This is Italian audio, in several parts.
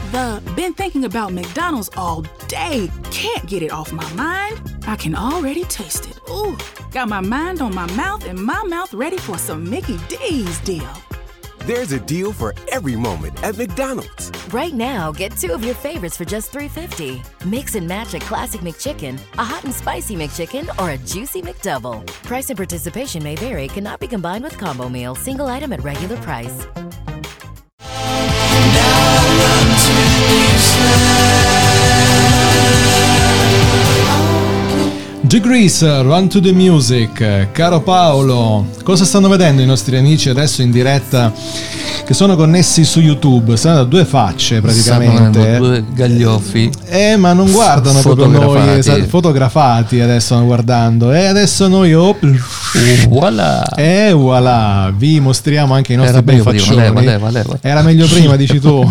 Been thinking about McDonald's all day. Can't get it off my mind. I can already taste it. Ooh, got my mind on my mouth and my mouth ready for some Mickey D's deal. There's a deal for every moment at McDonald's. Right now, get 2 of your favorites for just $3.50. Mix and match a classic McChicken, a hot and spicy McChicken, or a juicy McDouble. Price and participation may vary. Cannot be combined with combo meal. Single item at regular price. The Grease, Run to the Music. Caro Paolo, cosa stanno vedendo i nostri amici adesso in diretta che sono connessi su YouTube? Stanno da 2 facce praticamente. 2 gaglioffi. Ma non guardano proprio noi, fotografati adesso stanno guardando. E adesso noi voilà. Voilà, vi mostriamo anche i nostri bei faccioni. Leva. Era meglio prima, dici tu.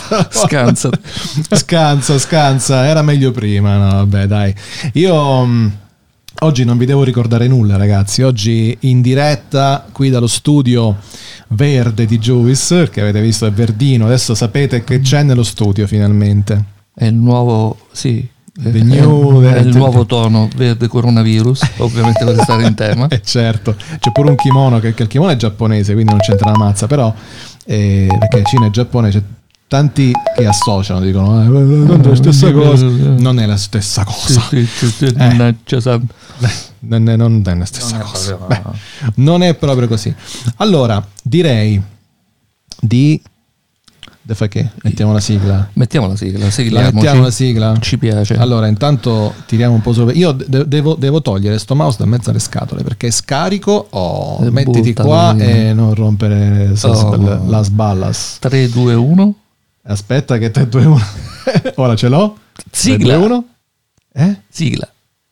Scansa. Era meglio prima. No, vabbè, dai. Io oggi non vi devo ricordare nulla, ragazzi. Oggi in diretta qui dallo studio verde di Juice, perché avete visto è verdino, adesso sapete che c'è nello studio finalmente. È il nuovo, sì, è il nuovo tono verde coronavirus, ovviamente per stare in tema. Certo, c'è pure un kimono, che il kimono è giapponese, quindi non c'entra la mazza, però perché Cina e Giappone c'è tanti che associano, dicono non è la stessa cosa. Non è la stessa cosa. Non è la stessa cosa. Non è proprio così. Allora, direi di fai che? Mettiamo la sigla. Mettiamo la sigla. Ci piace. Allora, intanto tiriamo un po' sopra. Io devo togliere sto mouse da mezzo alle scatole perché è scarico. Mettiti qua e non rompere la sballas. 3, 2, 1. Aspetta che 3, 2, 1. Ora ce l'ho. Sigla. 3, 2, 1. Sigla.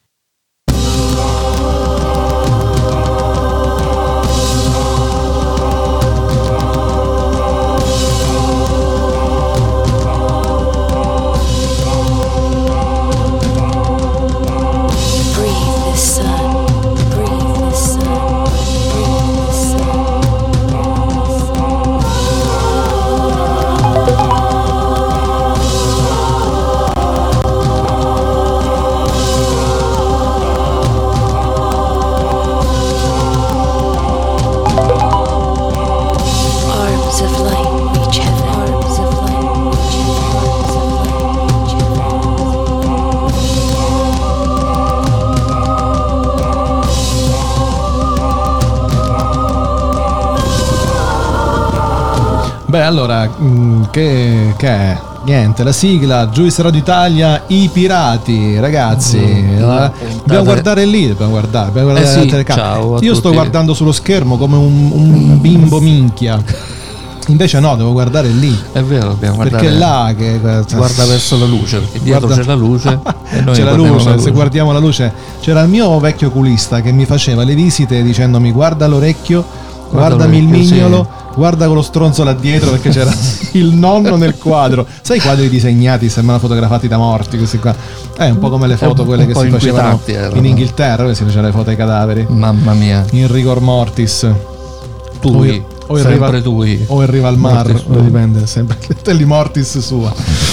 Allora, che è? Niente, la sigla, Juice Radio Italia, i pirati, ragazzi. Dobbiamo guardare lì, dobbiamo guardare la telecamera. Io sto guardando sullo schermo come un bimbo minchia. Invece no, devo guardare lì. È vero, dobbiamo guardare. Perché è là che guarda verso la luce, perché dietro c'è la luce. E noi c'è la luce, se guardiamo la luce. C'era il mio vecchio oculista che mi faceva le visite dicendomi guarda l'orecchio, guardami il mignolo. Sì. Guarda quello stronzo là dietro perché c'era il nonno nel quadro. Sai i quadri disegnati, sembrano fotografati da morti questi qua. È un po' come le foto quelle che si facevano in Inghilterra, dove si facevano le foto ai cadaveri. Mamma mia. In rigor mortis. Tui. O in riva al mar, dipende, sempre telli mortis sua.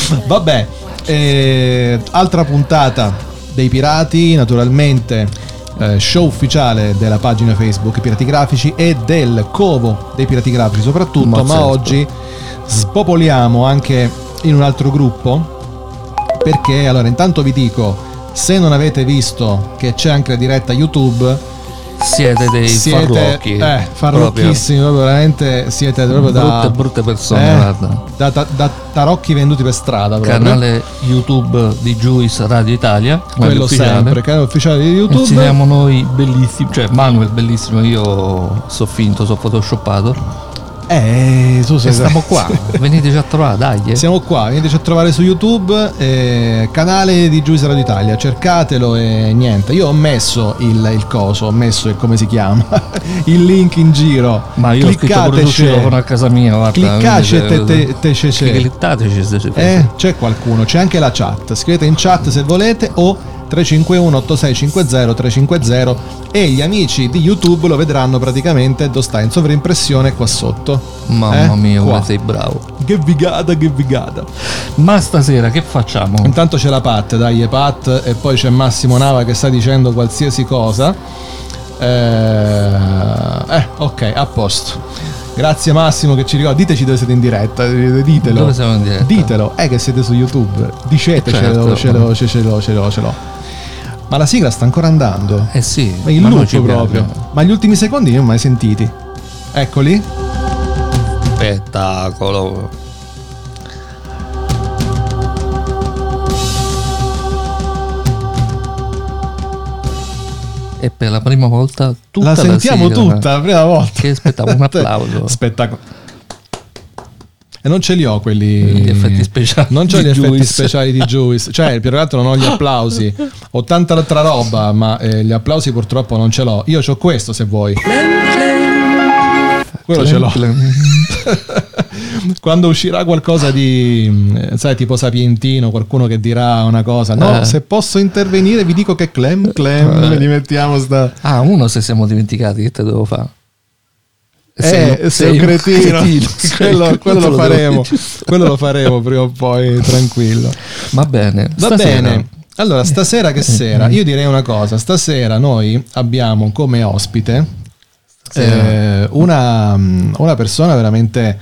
Vabbè, altra puntata dei pirati, naturalmente. Show ufficiale della pagina Facebook Pirati Grafici e del covo dei Pirati Grafici soprattutto, ma oggi spopoliamo anche in un altro gruppo, perché allora intanto vi dico, se non avete visto che c'è anche la diretta YouTube, siete farlocchi, farlocchissimi, proprio veramente siete proprio brutte persone, da tarocchi venduti per strada proprio. Canale YouTube di Juice Radio Italia, quello sempre, canale ufficiale di YouTube. Siamo noi bellissimi, cioè Manuel bellissimo, io sono finto, sono photoshoppato. Stiamo qua. Veniteci a trovare, dai. Siamo qua, veniteci a trovare su YouTube, canale di Juice Radio Italia, cercatelo e niente. Io ho messo il coso, ho messo il come si chiama, il link in giro. Ma io ho scritto pure con a casa mia, guarda. Cliccateci e clictateci. C'è qualcuno, c'è anche la chat. Scrivete in chat se volete o 351 8650 350 e gli amici di YouTube lo vedranno praticamente, sta in sovraimpressione qua sotto. Mamma mia, qua. come sei bravo. Che figata. Ma stasera che facciamo? Intanto c'è la Pat, dai Pat, e poi c'è Massimo Nava che sta dicendo qualsiasi cosa. Ok, a posto. Grazie Massimo che ci ricorda. Diteci dove siete in diretta. Ditelo. Dove siamo in diretta? Ditelo. Che siete su YouTube. Dicetecelo. Certo. Ce l'ho. Ma la sigla sta ancora andando. Sì. Ma il ma loop non ci proprio. piace. Ma gli ultimi secondi non li ho mai sentiti. Eccoli. Spettacolo. E per la prima volta tutta la sentiamo sigla. tutta la prima volta. Che spettacolo, un applauso. Spettacolo. E non ce li ho quelli. Gli effetti speciali. Non c'ho di gli effetti Juice. speciali di Juice. Cioè, più che altro non ho gli applausi. Ho tanta altra roba, ma gli applausi purtroppo non ce l'ho. Io c'ho questo se vuoi. Quello ce l'ho. Quando uscirà qualcosa di, sai, tipo sapientino, qualcuno che dirà una cosa, no, se posso intervenire vi dico che Clem, li mettiamo sta. Uno se siamo dimenticati, che te devo fare? Sei un cretino. Quello lo faremo. Quello lo faremo prima o poi, tranquillo. Va bene. Va bene. Allora, stasera che sera? Io direi una cosa. Stasera noi abbiamo come ospite una persona veramente,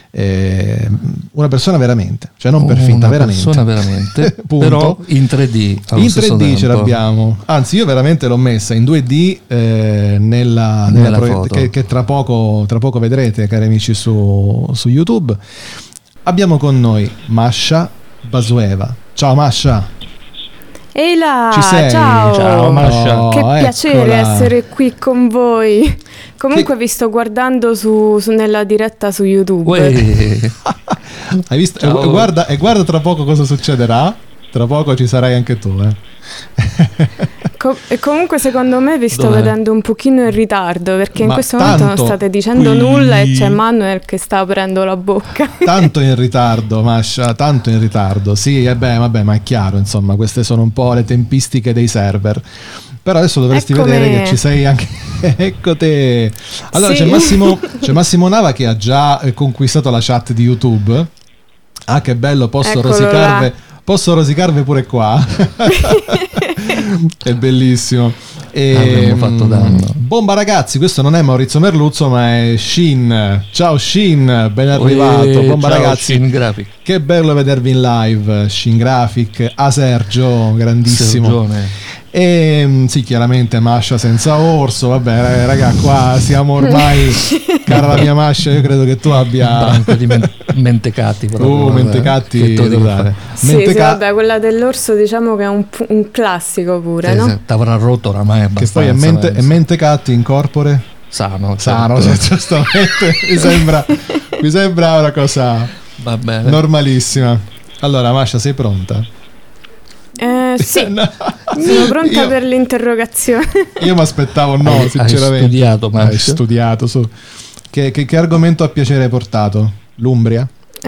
cioè non perfetta, veramente. Una persona veramente. Punto. Però in 3D. In 3D ce l'abbiamo. Anzi, io veramente l'ho messa in 2D nella foto. che tra poco vedrete, cari amici, su YouTube. Abbiamo con noi Masha Basueva. Ciao Masha. Ehi là, Ci sei? ciao Masha. Che piacere eccola. essere qui con voi. Comunque vi sto guardando nella diretta su YouTube. Hai visto? Ciao. Guarda tra poco cosa succederà. Tra poco ci sarai anche tu, E comunque secondo me vi sto Dov'è? vedendo un pochino in ritardo, perché in Ma questo momento non tanto state dicendo nulla e c'è Manuel che sta aprendo la bocca. Tanto in ritardo, Masha, tanto in ritardo. Sì, vabbè, ma è chiaro, insomma, queste sono un po' le tempistiche dei server. Però adesso dovresti Ecco vedere me. che ci sei anche. Ecco te. Allora, Sì. c'è Massimo Nava che ha già conquistato la chat di YouTube. Ah, che bello, posso rosicarvi pure qua. È bellissimo. Avremmo fatto danno. Bomba ragazzi, questo non è Maurizio Merluzzo ma è Shin. Ciao Shin, ben arrivato. Bomba ciao, ragazzi, Shin Graphic. che bello vedervi in live. Shin Graphic, a Sergio, grandissimo. Sergione. E sì, chiaramente Masha senza orso. Vabbè raga, qua siamo ormai. Cara la mia Masha, io credo che tu abbia Branco di mentecatti proprio. mentecatti Che te lo devo fare? Sì, vabbè, quella dell'orso diciamo che è un classico pure, no? T'avrà rotto oramai che abbastanza. poi è mentecatti in corpore Sano, sano, certo. giustamente mi sembra una cosa Va bene. normalissima. Allora Masha, sei pronta? Sì, No. sono pronta per l'interrogazione. Io mi aspettavo Hai sinceramente. studiato, Masha? Hai studiato su. Che argomento a piacere hai portato? L'Umbria?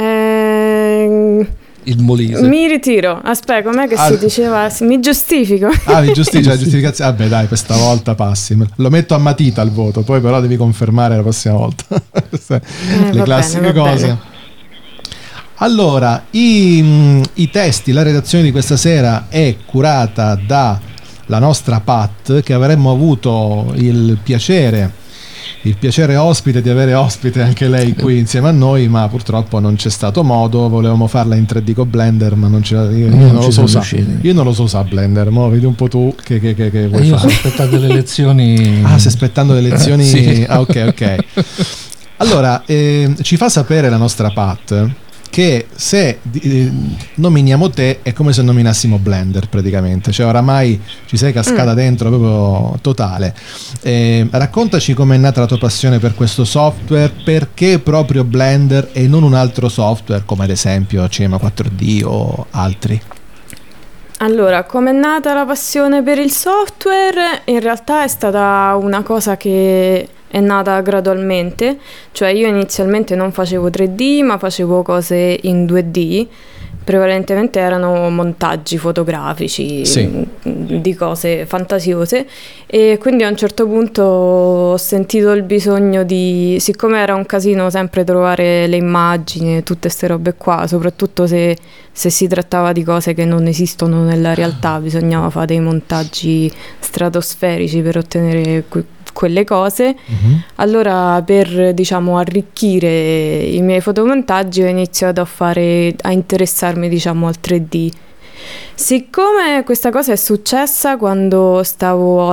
Il Molise. Mi ritiro. Aspetta, com'è che si diceva? Mi giustifico. Mi giustifica la giustificazione. Vabbè dai, questa volta passi. Lo metto a matita il voto, poi però devi confermare la prossima volta. Le classiche cose. Bene. Allora, i testi, la redazione di questa sera è curata dalla nostra Pat, che avremmo avuto il piacere ospite di avere ospite anche lei qui insieme a noi, ma purtroppo non c'è stato modo. Volevamo farla in 3D con Blender, ma non ce la, io non lo so usare. Io non lo so usare Blender, mo vedi un po' tu che vuoi Io fare. sto aspettando le lezioni. Stai aspettando le lezioni? Sì. Ok. Allora, ci fa sapere la nostra Pat che se nominiamo te è come se nominassimo Blender praticamente, cioè oramai ci sei cascata dentro proprio totale. Raccontaci com'è nata la tua passione per questo software, perché proprio Blender e non un altro software come ad esempio Cinema 4D o altri. Allora, com'è nata la passione per il software? In realtà è stata una cosa che è nata gradualmente, cioè io inizialmente non facevo 3D ma facevo cose in 2D, prevalentemente erano montaggi fotografici di cose fantasiose, e quindi a un certo punto ho sentito il bisogno di, siccome era un casino sempre trovare le immagini e tutte ste robe qua, soprattutto se si trattava di cose che non esistono nella realtà, bisognava fare dei montaggi stratosferici per ottenere quelle cose. Allora, per diciamo arricchire i miei fotomontaggi, ho iniziato a interessarmi diciamo al 3D. Siccome questa cosa è successa quando stavo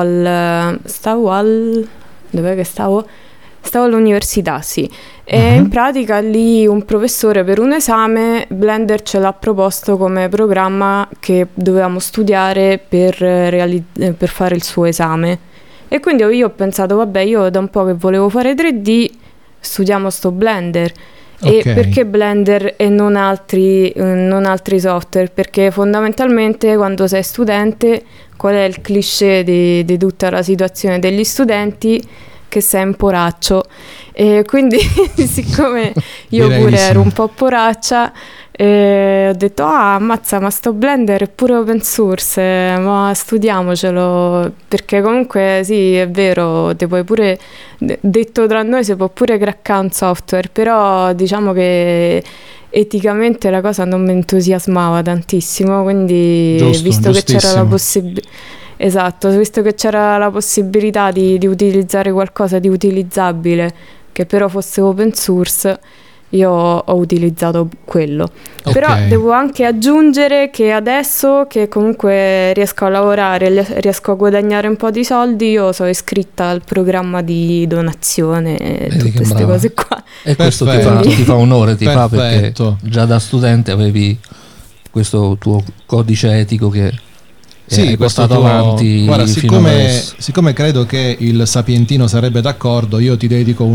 all'università, sì, e in pratica lì un professore per un esame Blender ce l'ha proposto come programma che dovevamo studiare per fare il suo esame. E quindi io ho pensato, vabbè, io da un po' che volevo fare 3D, studiamo sto Blender. E perché Blender e non altri software? Perché fondamentalmente quando sei studente, qual è il cliché di tutta la situazione degli studenti? Che sei un poraccio. E quindi siccome io pure ero un po' poraccia, ho detto ammazza, ma sto Blender è pure open source, ma studiamocelo, perché comunque sì, è vero, te puoi pure, detto tra noi, si può pure craccare un software, però diciamo che eticamente la cosa non mi entusiasmava tantissimo, quindi visto che c'era la possibilità, esatto, visto che c'era la possibilità di utilizzare qualcosa di utilizzabile che però fosse open source, io ho utilizzato quello. Però devo anche aggiungere che adesso che comunque riesco a lavorare, riesco a guadagnare un po' di soldi, io sono iscritta al programma di donazione e tutte queste cose qua. E questo ti fa onore, perché già da studente avevi questo tuo codice etico che hai portato avanti. Guarda, siccome credo che il sapientino sarebbe d'accordo, io ti dedico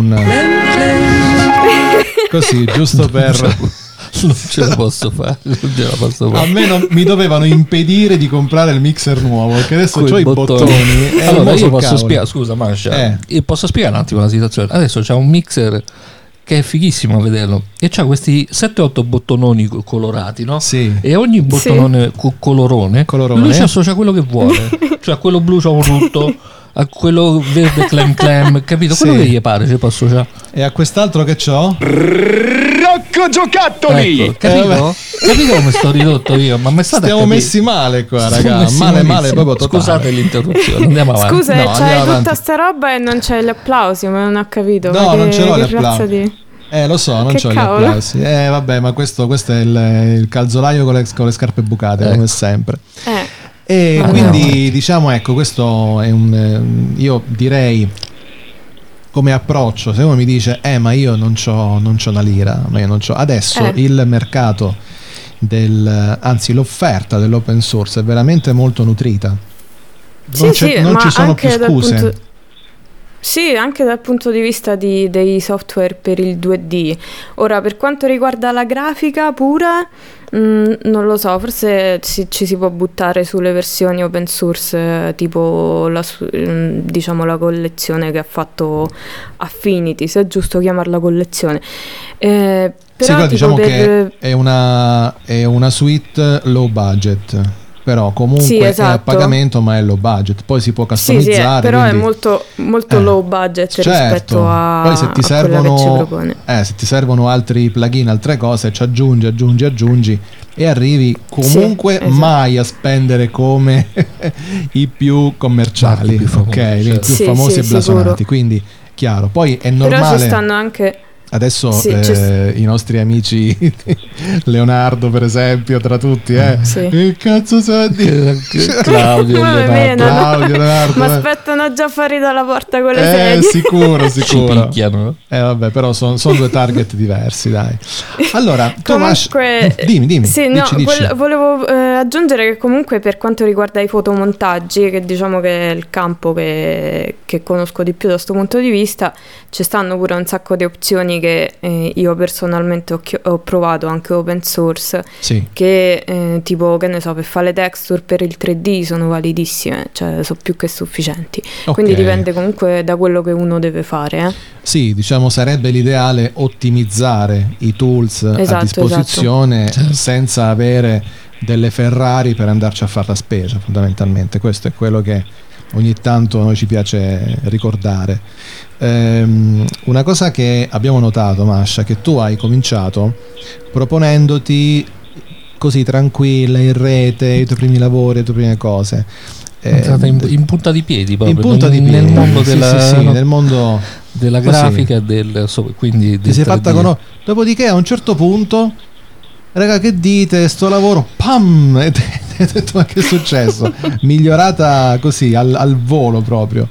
così, giusto per non ce la posso fare. A me mi dovevano impedire di comprare il mixer nuovo, perché adesso ho i bottoni. Allora io posso spiegare, scusa Masha, io posso spiegare un attimo la situazione. Adesso c'è un mixer che è fighissimo a vederlo e c'ha questi 7-8 bottononi colorati, no? Sì. E ogni bottonone colorone lui ci associa quello che vuole. Cioè a quello blu c'ha un rutto, a quello verde clam, capito? Quello che gli pare ci può associare. E a quest'altro che c'ho? Rocco Giocattoli! Ecco, capito? Capito come sto ridotto io? Ma stiamo messi male qua, raga. Male proprio totale. Scusate l'interruzione, andiamo avanti. Scusa, c'hai tutta sta roba e non c'hai gli applausi, ma non ho capito. No, non ce l'ho gli applausi. Lo so, non c'ho gli applausi. Vabbè, ma questo è il calzolaio con le scarpe bucate, come sempre. E quindi diciamo, ecco, questo è io direi come approccio, se uno mi dice ma io non c'ho una lira, ma io non c'ho adesso il mercato anzi l'offerta dell'open source è veramente molto nutrita, non ci sono più scuse. Sì, anche dal punto di vista dei software per il 2D. Ora, per quanto riguarda la grafica pura, non lo so, forse ci si può buttare sulle versioni open source, tipo diciamo la collezione che ha fatto Affinity, se è giusto chiamarla collezione. Però diciamo che è una suite low budget. Però comunque è a pagamento, ma è low budget, poi si può customizzare. Però quindi è molto low budget rispetto a poi se ti servono, che ci propone. Se ti servono altri plugin, altre cose, ci aggiungi e arrivi comunque mai a spendere come i più commerciali, i più famosi e blasonati, quindi chiaro. Poi è normale. Però ci stanno anche adesso i nostri amici Leonardo per esempio, tra tutti che cazzo sa dire Claudio Leonardo, ma aspettano già fuori dalla porta con le sedie. Sicuro ci picchiano. Vabbè, però sono due target diversi, dai. Allora comunque dimmi sì, dici. Volevo aggiungere che comunque per quanto riguarda i fotomontaggi, che diciamo che è il campo che conosco di più da questo punto di vista, ci stanno pure un sacco di opzioni programmi che io personalmente ho provato, anche open source, sì, che tipo, che ne so, per fare le texture per il 3D sono validissime, cioè sono più che sufficienti. Okay. Quindi dipende comunque da quello che uno deve fare. Sì, diciamo sarebbe l'ideale ottimizzare i tools a disposizione, senza avere delle Ferrari per andarci a fare la spesa, fondamentalmente. Questo è quello che ogni tanto a noi ci piace ricordare. Una cosa che abbiamo notato, Masha, che tu hai cominciato proponendoti così tranquilla in rete i tuoi primi lavori, le tue prime cose, in punta di piedi proprio, in punta di piedi, nel mondo della, nel mondo della grafica, quindi ti sei fatta dopodiché a un certo punto, raga, che dite, sto lavoro, pam, e hai detto: ma che è successo? Migliorata così al volo proprio.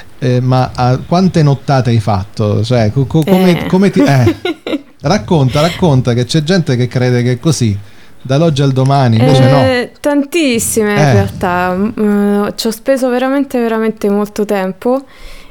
Ma quante nottate hai fatto? Cioè, come ti racconta, che c'è gente che crede che è così dall'oggi al domani, invece no. Tantissime in realtà. Ci ho speso veramente molto tempo.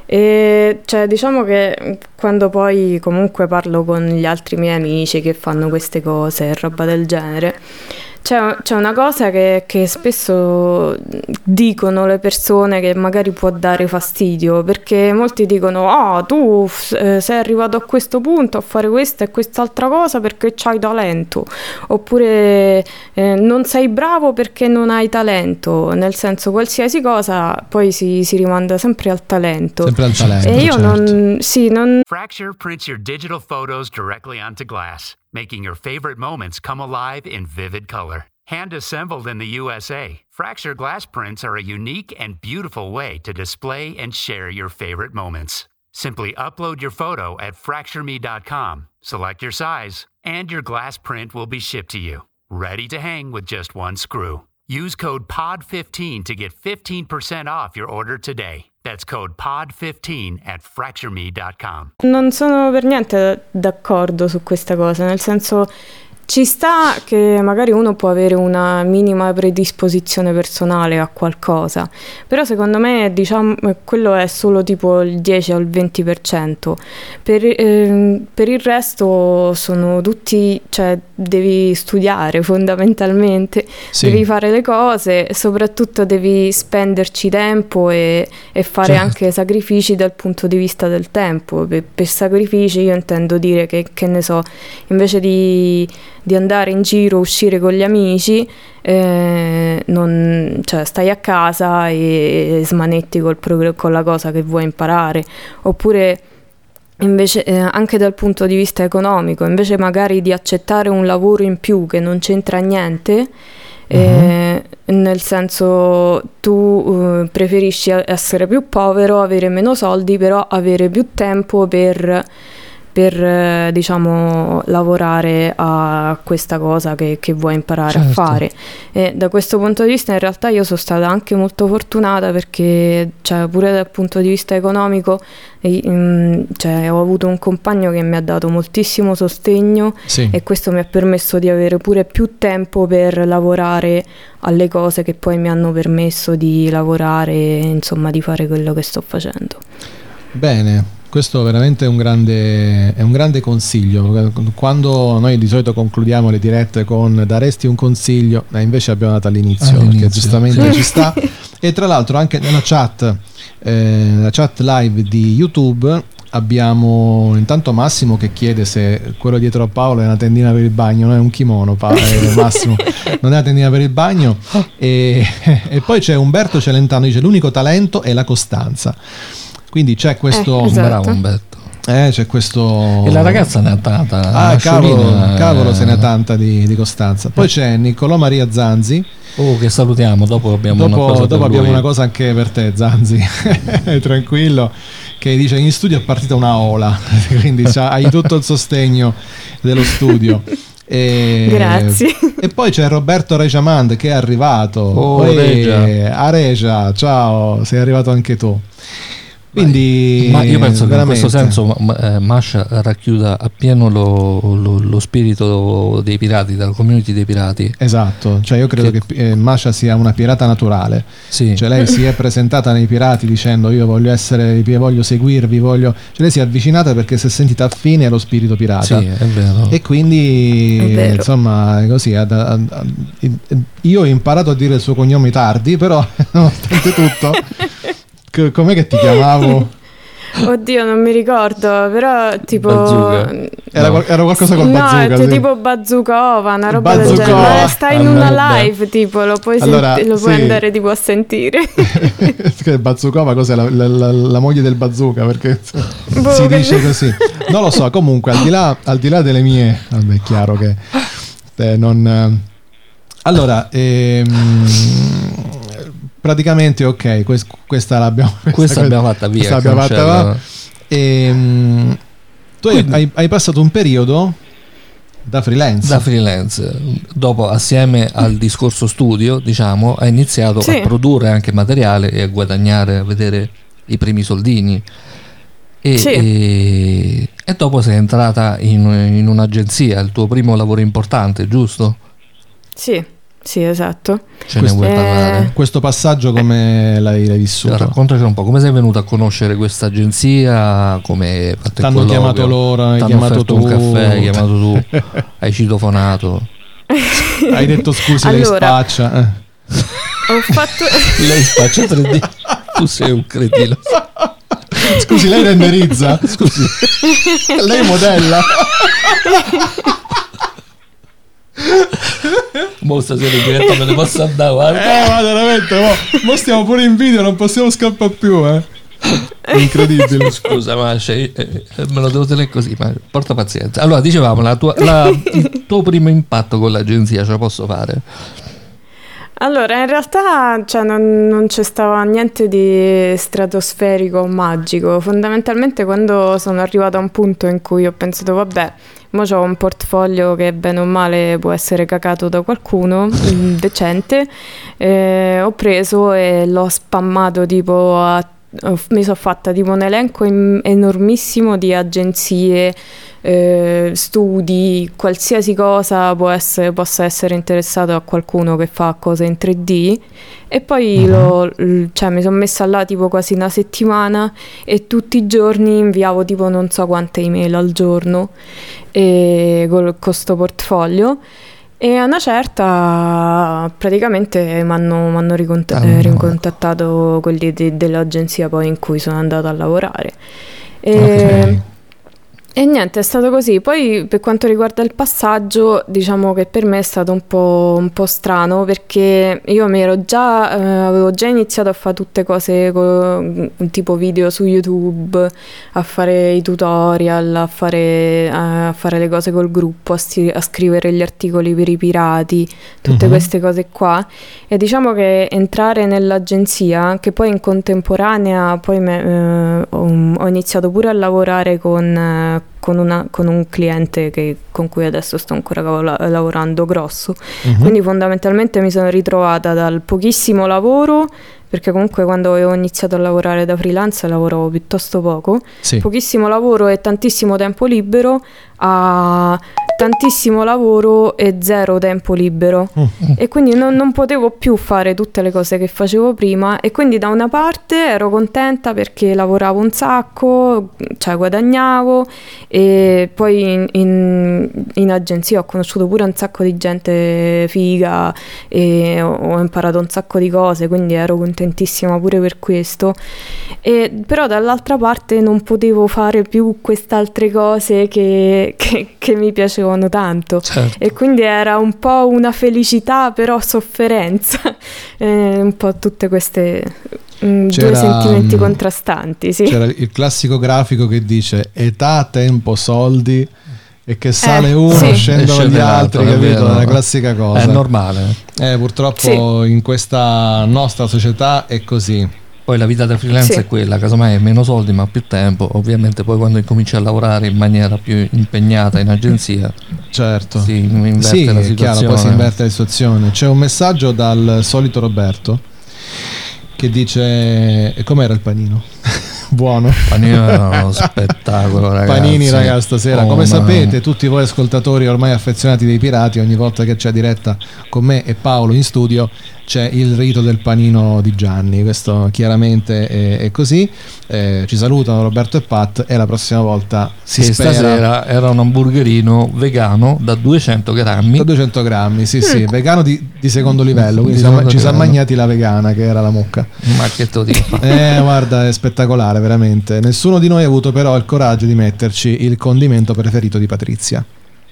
E cioè, diciamo che quando poi comunque parlo con gli altri miei amici che fanno queste cose e roba del genere, c'è una cosa che spesso dicono le persone, che magari può dare fastidio, perché molti dicono: oh, tu sei arrivato a questo punto a fare questa e quest'altra cosa perché c'hai talento, oppure non sei bravo perché non hai talento. Nel senso, qualsiasi cosa poi si rimanda sempre al talento. Sempre al talento, e io certo. non Fracture prints your digital photos directly onto glass, making your favorite moments come alive in vivid color. Hand assembled in the USA, Fracture glass prints are a unique and beautiful way to display and share your favorite moments. Simply upload your photo at fractureme.com, select your size, and your glass print will be shipped to you, ready to hang with just one screw. Use code POD15 to get 15% off your order today. That's code POD15 at fractureme.com. Non sono per niente d'accordo su questa cosa, nel senso, ci sta che magari uno può avere una minima predisposizione personale a qualcosa, però secondo me, diciamo, quello è solo tipo il 10 o il 20%. Per il resto sono tutti, cioè devi studiare fondamentalmente, devi fare le cose, soprattutto devi spenderci tempo e fare anche sacrifici dal punto di vista del tempo. Per sacrifici io intendo dire che ne so, invece di andare in giro, uscire con gli amici, cioè stai a casa e smanetti con la cosa che vuoi imparare. Oppure invece anche dal punto di vista economico, invece magari di accettare un lavoro in più che non c'entra niente, nel senso, tu preferisci essere più povero, avere meno soldi, però avere più tempo per diciamo lavorare a questa cosa che vuoi imparare a fare. E da questo punto di vista in realtà io sono stata anche molto fortunata, perché cioè, pure dal punto di vista economico cioè, ho avuto un compagno che mi ha dato moltissimo sostegno, e questo mi ha permesso di avere pure più tempo per lavorare alle cose che poi mi hanno permesso di lavorare, insomma, di fare quello che sto facendo. Bene. Questo veramente è un grande consiglio. Quando noi di solito concludiamo le dirette con daresti un consiglio, invece abbiamo dato all'inizio, perché giustamente ci sta. E tra l'altro anche nella chat live di YouTube abbiamo intanto Massimo che chiede se quello dietro a Paolo è una tendina per il bagno. Non è un kimono, Massimo, non è una tendina per il bagno. E poi c'è Umberto Celentano, dice: l'unico talento è la costanza. Quindi c'è questo bravo Umberto. C'è questo. E la ragazza ne ha tanta. Cavolo, se ne ha tanta di costanza. Poi c'è Niccolò Maria Zanzi. Che salutiamo. Dopo abbiamo una cosa anche per te, Zanzi. Tranquillo. Che dice: in studio è partita una ola. Quindi hai tutto il sostegno dello studio. Grazie. E poi c'è Roberto Regiamand che è arrivato. Regia. A Regia, ciao, sei arrivato anche tu. Quindi ma io penso che in questo senso Masha racchiuda appieno lo spirito dei pirati, della community dei pirati. Esatto, cioè io credo che Masha sia una pirata naturale. Sì. Cioè lei si è presentata nei pirati dicendo io voglio seguirvi, cioè lei si è avvicinata perché si è sentita affine allo spirito pirata. Sì, è vero. E quindi insomma così io ho imparato a dire il suo cognome tardi, però nonostante tutto com'è che ti chiamavo? Oddio, non mi ricordo, però tipo Bazooka. Era qualcosa col bazooka. No, tipo Bazookova, una roba del genere. Stai in una live, tipo, lo puoi andare tipo a sentire. Bazookova cos'è? La moglie del bazooka, perché si dice così. Non lo so, comunque al di là delle mie, vabbè, è chiaro che non allora praticamente ok, questa l'abbiamo fatta via. Tu hai passato un periodo da freelance. Dopo, assieme al discorso studio, diciamo, hai iniziato a produrre anche materiale e a guadagnare, a vedere i primi soldini. E dopo sei entrata in un'agenzia, il tuo primo lavoro importante, giusto? Sì, esatto. Ce ne vuoi parlare? Questo passaggio come l'hai vissuto? Raccontaci un po', come sei venuto a conoscere questa agenzia, come t'hanno chiamato loro, hai chiamato tu, un caffè, hai chiamato tu, hai citofonato, hai detto scusi, lei spaccia. Ho fatto lei spaccia 3D, tu sei un cretino. Scusi, lei renderizza? Scusi, lei modella? Mo stasera in diretta me ne posso andare, guarda. Ma veramente, mo stiamo pure in video, non possiamo scappare più, È incredibile. Scusa, ma me lo devo tenere così, ma porta pazienza. Allora, dicevamo, il tuo primo impatto con l'agenzia, ce la posso fare? Allora, in realtà non c'è stava niente di stratosferico o magico. Fondamentalmente, quando sono arrivata a un punto in cui ho pensato, vabbè, mo c'ho un portfolio che bene o male può essere cacato da qualcuno, decente, ho preso e l'ho spammato tipo mi sono fatta tipo un elenco enormissimo di agenzie, studi, qualsiasi cosa possa essere interessato a qualcuno che fa cose in 3D, e poi mi sono messa là tipo quasi una settimana e tutti i giorni inviavo tipo non so quante email al giorno con questo portfolio. E a una certa praticamente mi hanno ricontattato quelli dell'agenzia poi in cui sono andata a lavorare. E niente, è stato così. Poi per quanto riguarda il passaggio, diciamo che per me è stato un po' strano, perché io avevo già iniziato a fare tutte cose tipo video su YouTube, a fare i tutorial, a fare le cose col gruppo, a scrivere gli articoli per i pirati, tutte queste cose qua. E diciamo che entrare nell'agenzia, che poi in contemporanea poi ho iniziato pure a lavorare con un cliente con cui adesso sto ancora lavorando grosso, quindi fondamentalmente mi sono ritrovata dal pochissimo lavoro, perché comunque quando avevo iniziato a lavorare da freelance lavoravo piuttosto poco, pochissimo lavoro e tantissimo tempo libero, a tantissimo lavoro e zero tempo libero, e quindi non potevo più fare tutte le cose che facevo prima, e quindi da una parte ero contenta perché lavoravo un sacco, cioè guadagnavo, e poi in agenzia ho conosciuto pure un sacco di gente figa e ho imparato un sacco di cose, quindi ero contentissima pure per questo. Però dall'altra parte non potevo fare più queste altre cose che mi piacevano tanto, certo. E quindi era un po' una felicità però sofferenza, un po' tutte queste due sentimenti contrastanti, sì. C'era il classico grafico che dice età, tempo, soldi, e che sale uno, scendono gli altri, capito? È una classica cosa, è normale. Purtroppo in questa nostra società è così. Poi la vita da freelance è quella, casomai meno soldi ma più tempo. Ovviamente poi quando incominci a lavorare in maniera più impegnata in agenzia, certo, si inverte la situazione. Chiaro, poi si inverte la situazione. C'è un messaggio dal solito Roberto che dice: com'era il panino? buono. Panini era uno spettacolo, ragazzi. Panini, ragazzi, stasera. Come sapete, tutti voi ascoltatori ormai affezionati dei pirati, ogni volta che c'è diretta con me e Paolo in studio c'è il rito del panino di Gianni. Questo chiaramente è così. Ci salutano Roberto e Pat, e la prossima volta si spera. Stasera era un hamburgerino vegano da 200 grammi. Da 200 grammi, sì, vegano di secondo livello, quindi ci siamo mangiati la vegana, che era la mucca. Ma che te lo dico? Guarda, è spettacolare veramente. Nessuno di noi ha avuto però il coraggio di metterci il condimento preferito di Patrizia.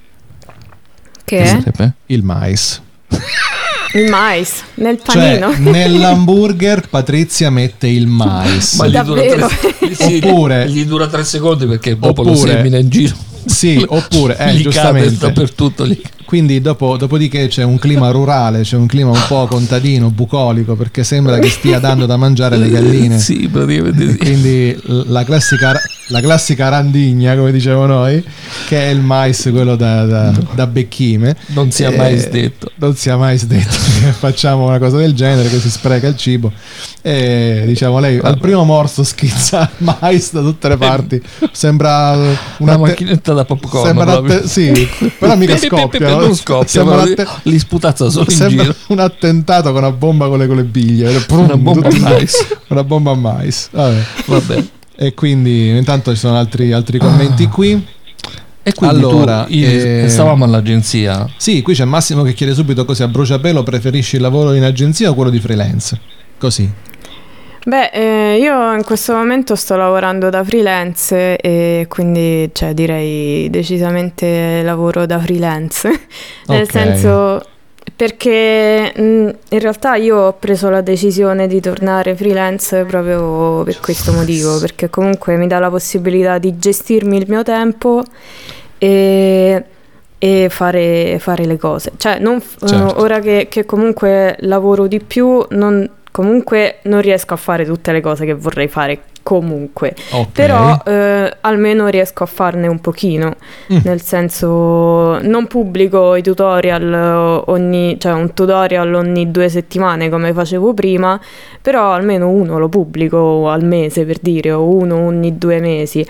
Che è? Il mais. Il mais nel panino, cioè, nell'hamburger Patrizia mette il mais. Ma davvero? Oppure gli dura 3 secondi perché dopo lo semina in giro. Sì, oppure giustamente dappertutto lì. Quindi dopodiché c'è un clima rurale, c'è un clima un po' contadino, bucolico, perché sembra che stia dando da mangiare alle galline. Sì, praticamente sì. Quindi la classica randigna, come dicevo noi, che è il mais, quello da becchime. Non sia mai sdetto. Non sia mai sdetto che facciamo una cosa del genere, che si spreca il cibo. E diciamo, lei al primo morso schizza mais da tutte le parti. Sembra una macchinetta da popcorn. Sì, però mica scoppia. Non scoppia, li sputazza solo in giro. Un attentato con una bomba con le biglie. Una bomba a mais. Una bomba a mais. Vabbè. E quindi intanto ci sono altri commenti qui. E quindi allora stavamo all'agenzia. Sì, qui c'è Massimo che chiede subito così: a bruciapelo preferisci il lavoro in agenzia o quello di freelance? Così. Beh, io in questo momento sto lavorando da freelance e quindi direi decisamente lavoro da freelance. Nel senso, perché in realtà io ho preso la decisione di tornare freelance proprio per questo motivo, perché comunque mi dà la possibilità di gestirmi il mio tempo e fare le cose. Cioè, ora che comunque lavoro di più, comunque non riesco a fare tutte le cose che vorrei fare comunque, però almeno riesco a farne un pochino, nel senso, non pubblico i tutorial un tutorial ogni 2 settimane come facevo prima, però almeno uno lo pubblico al mese, per dire, o uno ogni 2 mesi.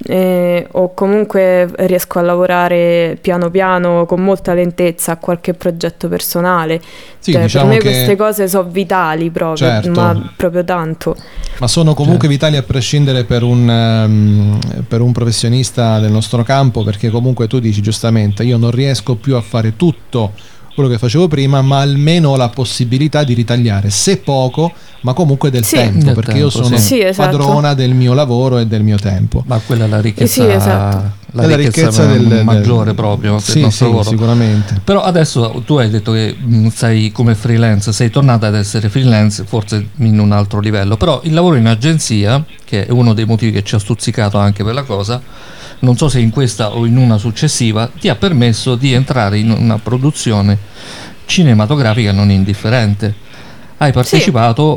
O comunque riesco a lavorare piano piano con molta lentezza a qualche progetto personale. Sì, diciamo per me che queste cose sono vitali proprio, certo, ma proprio tanto. Ma sono comunque vitali a prescindere per un professionista del nostro campo, perché comunque tu dici giustamente: io non riesco più a fare tutto quello che facevo prima, ma almeno ho la possibilità di ritagliare, se poco, ma comunque del tempo, perché io sono padrona del mio lavoro e del mio tempo. Ma quella è la ricchezza, la ricchezza maggiore proprio del nostro lavoro. Sicuramente. Però adesso tu hai detto che stai come freelance, sei tornata ad essere freelance forse in un altro livello, però il lavoro in agenzia, che è uno dei motivi che ci ha stuzzicato anche per la cosa, non so se in questa o in una successiva, ti ha permesso di entrare in una produzione cinematografica non indifferente. Hai partecipato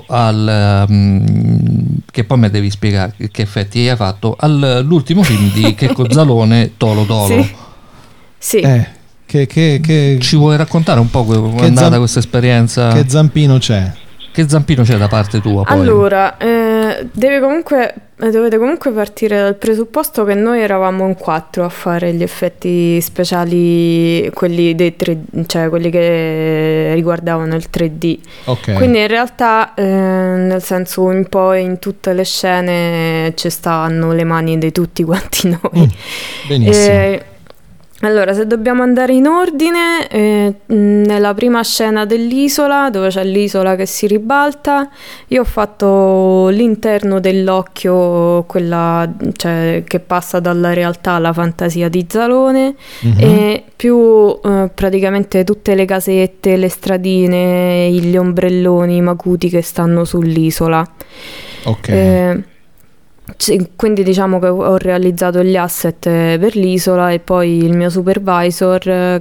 che poi mi devi spiegare che effetti hai fatto, all'ultimo film di Checco Zalone, Tolo Tolo. Sì. Che ci vuoi raccontare un po' come è andata questa esperienza? Che zampino c'è? Che zampino c'è da parte tua poi? Allora, dovete comunque partire dal presupposto che noi eravamo in 4 a fare gli effetti speciali, quelli quelli che riguardavano il 3D. Okay. Quindi in realtà, nel senso, un po' in tutte le scene ci stanno le mani di tutti quanti noi. Benissimo. Allora, se dobbiamo andare in ordine, nella prima scena dell'isola, dove c'è l'isola che si ribalta, io ho fatto l'interno dell'occhio, quella che passa dalla realtà alla fantasia di Zalone, e più praticamente tutte le casette, le stradine, gli ombrelloni, i macuti che stanno sull'isola. Ok. Quindi diciamo che ho realizzato gli asset per l'isola e poi il mio supervisor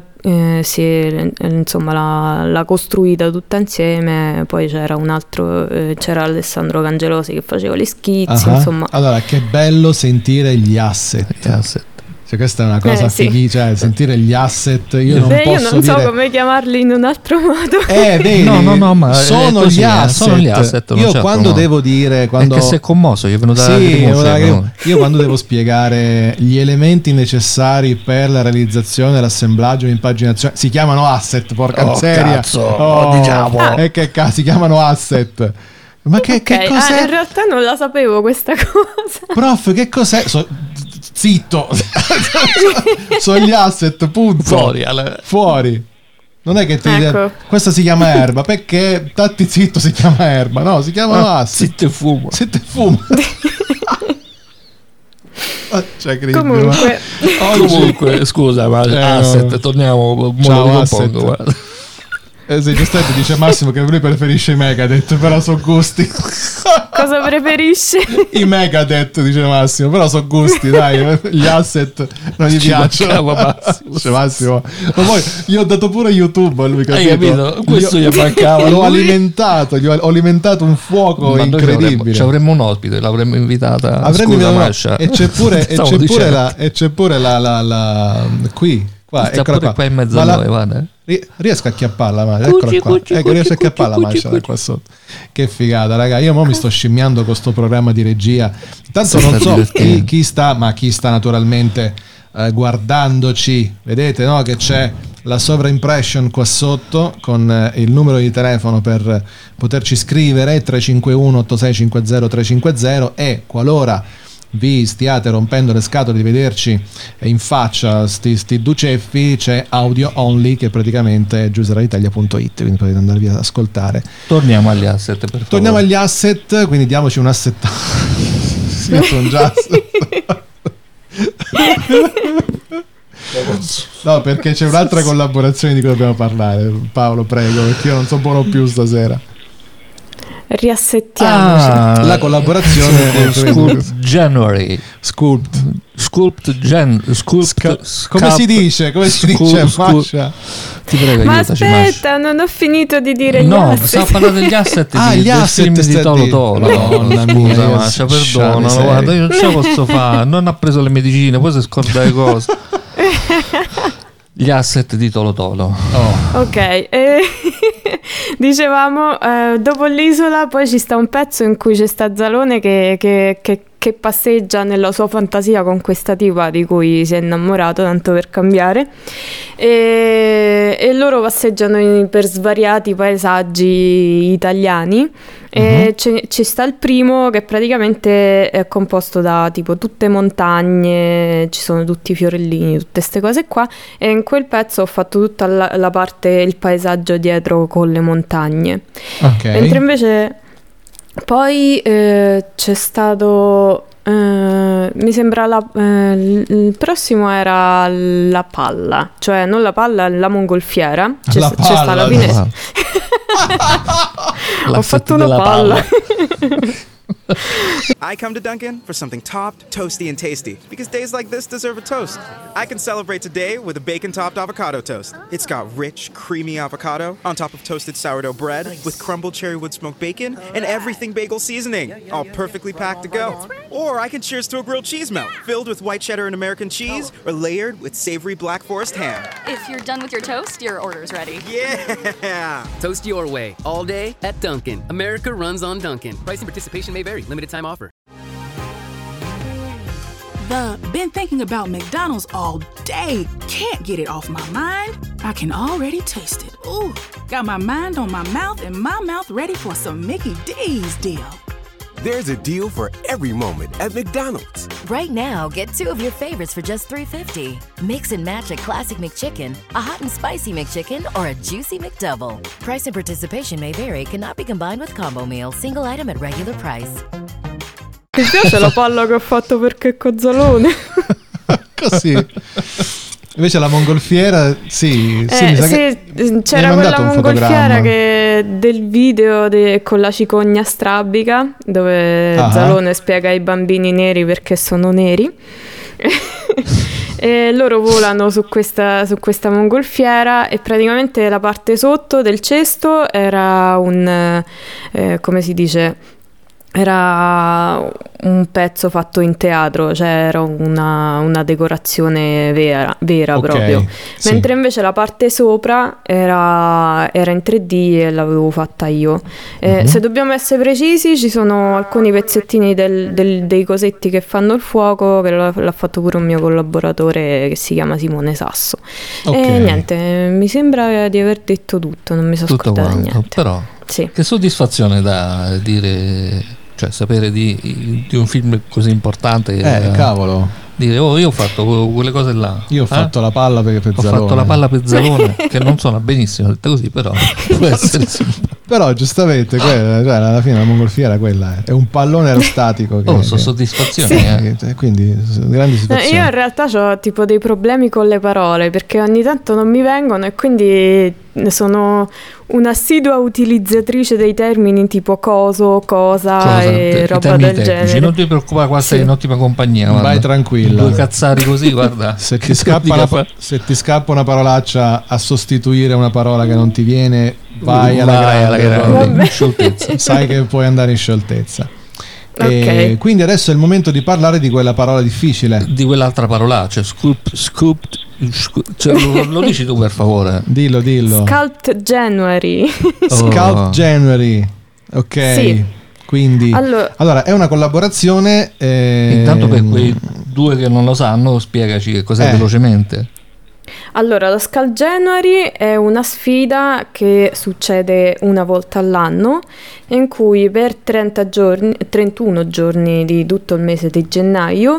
l'ha costruita tutta insieme. Poi c'era c'era Alessandro Cangelosi che faceva gli schizzi, insomma. Allora, che bello sentire gli asset. Cioè, questa è una cosa cioè, sentire gli asset, io non posso so come chiamarli in un altro modo. Vedi, no, ma sono così, gli asset. Sono gli asset. Io quando devo dire, quando è che sei commosso, io quando devo spiegare gli elementi necessari per la realizzazione, l'assemblaggio, l'impaginazione, si chiamano asset, porca seria. Diciamo. E che cazzo, si chiamano asset. Ma che cos'è? In realtà non la sapevo questa cosa. Prof, che cos'è? Zitto. Sono gli asset, punto. Fuori. Non è che ti questa si chiama erba, perché tatti zitto si chiama erba. No, si chiamano asset. Zitto e fumo. Cioè, comunque scusa, ma asset, torniamo. Ciao, asset. Guarda. Sì, giustamente dice Massimo che lui preferisce i Megadeth, però sono gusti. Cosa preferisce? I Megadeth, dice Massimo, però sono gusti, dai, gli asset non gli piacciono. Massimo. Ma poi gli ho dato pure YouTube a lui, capito? Questo gli mancava. L'ho alimentato, ho alimentato un fuoco incredibile. Ci avremmo un ospite, l'avremmo invitata. Mascia. E c'è pure la qui. Sta pure qua in mezzo a noi, guarda. Riesco a chiapparla, ma eccola qua. Riesco a chiapparla, ma qua sotto. Che figata, raga. Io mo mi sto scimmiando con sto programma di regia. Tanto non so chi sta naturalmente guardandoci. Vedete, no? Che c'è la sovraimpression qua sotto con il numero di telefono per poterci scrivere 351 8650 350 e qualora vi stiate rompendo le scatole di vederci in faccia sti due ceffi, c'è audio only che praticamente è giuseraditalia.it, quindi potete andarvi ad ascoltare. Torniamo agli asset, per favore. Torniamo agli asset, quindi diamoci un asset. Sì, sono già no, perché c'è un'altra collaborazione di cui dobbiamo parlare. Paolo, prego, perché io non so buono più stasera. Riassettiamoci. La collaborazione Sculpt January. Come si dice? Mascia? Ti prego, ma aiutaci, aspetta, non ho finito di dire gli asset. asset. Stavo parlando degli asset gli asset film di Tolo Tolo. Madonna mia, Mascia, perdonalo, guarda, io non ce la posso fare. Non ha preso le medicine, poi si scorda le cose. Gli asset di Tolo Tolo. Ok, dicevamo dopo l'isola poi ci sta un pezzo in cui c'è sta Zalone che passeggia nella sua fantasia con questa tipa di cui si è innamorato, tanto per cambiare, e loro passeggiano per svariati paesaggi italiani. E ci sta il primo che praticamente è composto da tipo tutte montagne, ci sono tutti i fiorellini, tutte queste cose qua, e in quel pezzo ho fatto tutta la parte, il paesaggio dietro con le montagne. Mentre invece poi c'è stato mi sembra il prossimo era la palla, cioè non la palla, la mongolfiera. C'è sta la fine. Ho fatto una palla. I come to Dunkin' for something topped, toasty, and tasty, because days like this deserve a toast. I can celebrate today with a bacon-topped avocado toast. It's got rich, creamy avocado on top of toasted sourdough bread with crumbled cherry wood smoked bacon and everything bagel seasoning, all perfectly packed to go. Or I can cheers to a grilled cheese melt filled with white cheddar and American cheese or layered with savory Black Forest ham. If you're done with your toast, your order's ready. Yeah! Toast your way, all day at Dunkin'. America runs on Dunkin'. Price and participation may vary. Limited time offer. Been thinking about McDonald's all day. Can't get it off my mind. I can already taste it. Ooh, got my mind on my mouth and my mouth ready for some Mickey D's deal. There's a deal for every moment at McDonald's. Right now, get 2 of your favorites for just $3.50. Mix and match a classic McChicken, a hot and spicy McChicken, or a juicy McDouble. Price and participation may vary. Cannot be combined with combo meal. Single item at regular price. Mi piace la palla che ho fatto per Checco Zalone. Così. Invece la mongolfiera, sì, mi sa che c'era quella mongolfiera che del video con la cicogna strabica, dove Zalone spiega ai bambini neri perché sono neri. E loro volano su questa mongolfiera e praticamente la parte sotto del cesto era come si dice, Era un pezzo fatto in teatro, cioè era una decorazione vera proprio. Mentre invece la parte sopra era in 3D e l'avevo fatta io. Se dobbiamo essere precisi, ci sono alcuni pezzettini dei cosetti che fanno il fuoco, che l'ha fatto pure un mio collaboratore che si chiama Simone Sasso. E niente, mi sembra di aver detto tutto, non mi sono scordata niente. Però sì. Che soddisfazione da dire... Cioè, sapere di un film così importante. Cavolo. Dire, io ho fatto quelle cose là. Io ho fatto la palla per Pezzalone. Ho fatto la palla Pezzalone, che non suona benissimo, detta così, però può essere però giustamente quella, cioè, alla fine la mongolfiera era quella, è un pallone aerostatico. Sono soddisfazioni. Quindi grandi situazioni. Io in realtà ho tipo dei problemi con le parole, perché ogni tanto non mi vengono e quindi sono un'assidua utilizzatrice dei termini tipo coso, cosa e roba del genere. Non ti preoccupare, qua sei in ottima compagnia. Vai tranquilla. Due cazzari così, guarda. Se ti scappa una parolaccia a sostituire una parola che non ti viene, vai alla grande. Scioltezza. Sai che puoi andare in scioltezza. Okay. Quindi adesso è il momento di parlare di quella parola difficile, di quell'altra parolaccia, scooped. Cioè, lo dici tu per favore? Dillo. Sculpt January. Sculpt January. Ok. Sì. Quindi allora è una collaborazione. Intanto per quei due che non lo sanno, spiegaci che cos'è velocemente. Allora, lo Sculpt January è una sfida che succede una volta all'anno, in cui per 31 giorni di tutto il mese di gennaio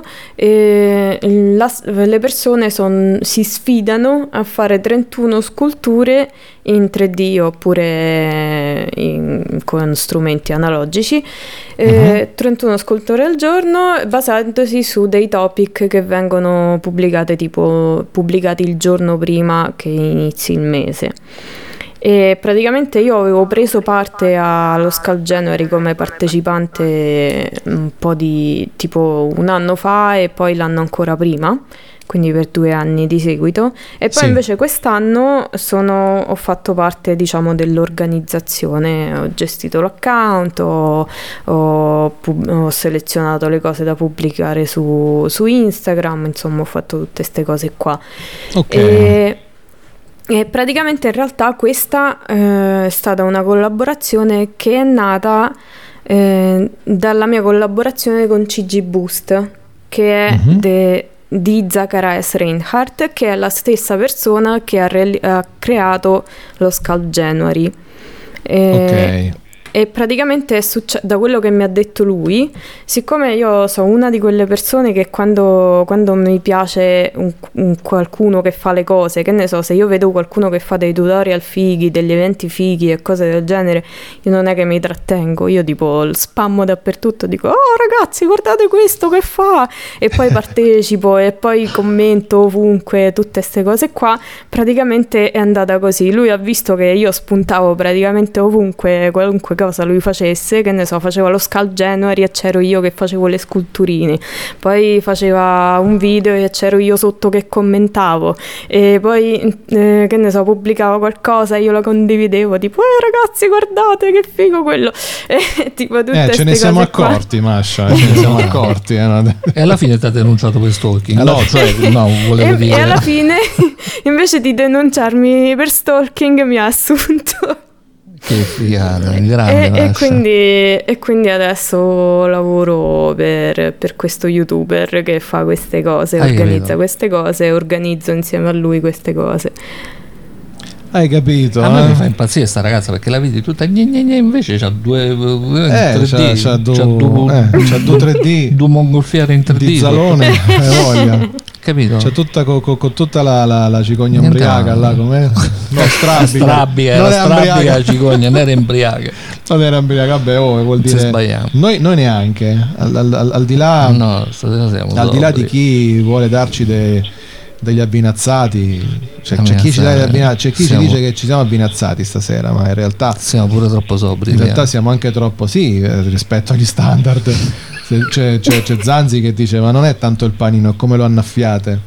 le persone si sfidano a fare 31 sculture in 3D oppure con strumenti analogici, 31 sculture al giorno, basandosi su dei topic che vengono pubblicati il giorno prima che inizi il mese. E praticamente io avevo preso parte allo Sculpt January come partecipante un po' di tipo un anno fa e poi l'anno ancora prima, quindi per 2 anni di seguito, e poi invece quest'anno ho fatto parte, diciamo, dell'organizzazione, ho gestito l'account, ho selezionato le cose da pubblicare su Instagram, insomma ho fatto tutte queste cose qua. E praticamente in realtà questa è stata una collaborazione che è nata dalla mia collaborazione con CG Boost, che è di Zacharias Reinhardt, che è la stessa persona che ha creato lo Sculpt January. E praticamente da quello che mi ha detto lui, siccome io sono una di quelle persone che quando mi piace qualcuno che fa le cose, che ne so, se io vedo qualcuno che fa dei tutorial fighi, degli eventi fighi e cose del genere, io non è che mi trattengo, io tipo spammo dappertutto, dico ragazzi guardate questo che fa, e poi partecipo e poi commento ovunque, tutte queste cose qua. Praticamente è andata così, lui ha visto che io spuntavo praticamente ovunque, qualunque cosa lui facesse, che ne so, faceva lo Sculpt January e c'ero io che facevo le sculturine, poi faceva un video e c'ero io sotto che commentavo, e poi che ne so, pubblicava qualcosa, io la condividevo tipo ragazzi guardate che figo quello, e tipo tutte ce ne siamo accorti qua. Masha, ce ne siamo accorti no? E alla fine ti ha denunciato per stalking? Volevo dire. E alla fine invece di denunciarmi per stalking mi ha assunto. Che figata, grande. E quindi adesso lavoro per questo youtuber che fa queste cose, organizza queste cose, organizzo insieme a lui queste cose. Hai capito? A me mi fa impazzire sta ragazza, perché la vedi tutta invece c'ha due 3D, c'ha due 3D, due mongolfiere in 3D, Pizzalone, voglia. Capito? C'è tutta con tutta la cicogna embriaca là, com'è? No, strabica la cicogna, non era embriaca. Non era embriaca, vabbè, vuol dire noi neanche, al di là, al di là di chi vuole darci degli abbinazzati, c'è chi ci dice che ci siamo abbinazzati stasera, ma in realtà siamo pure troppo sobri. In realtà siamo anche troppo rispetto agli standard. C'è Zanzi che dice ma non è tanto il panino, è come lo annaffiate.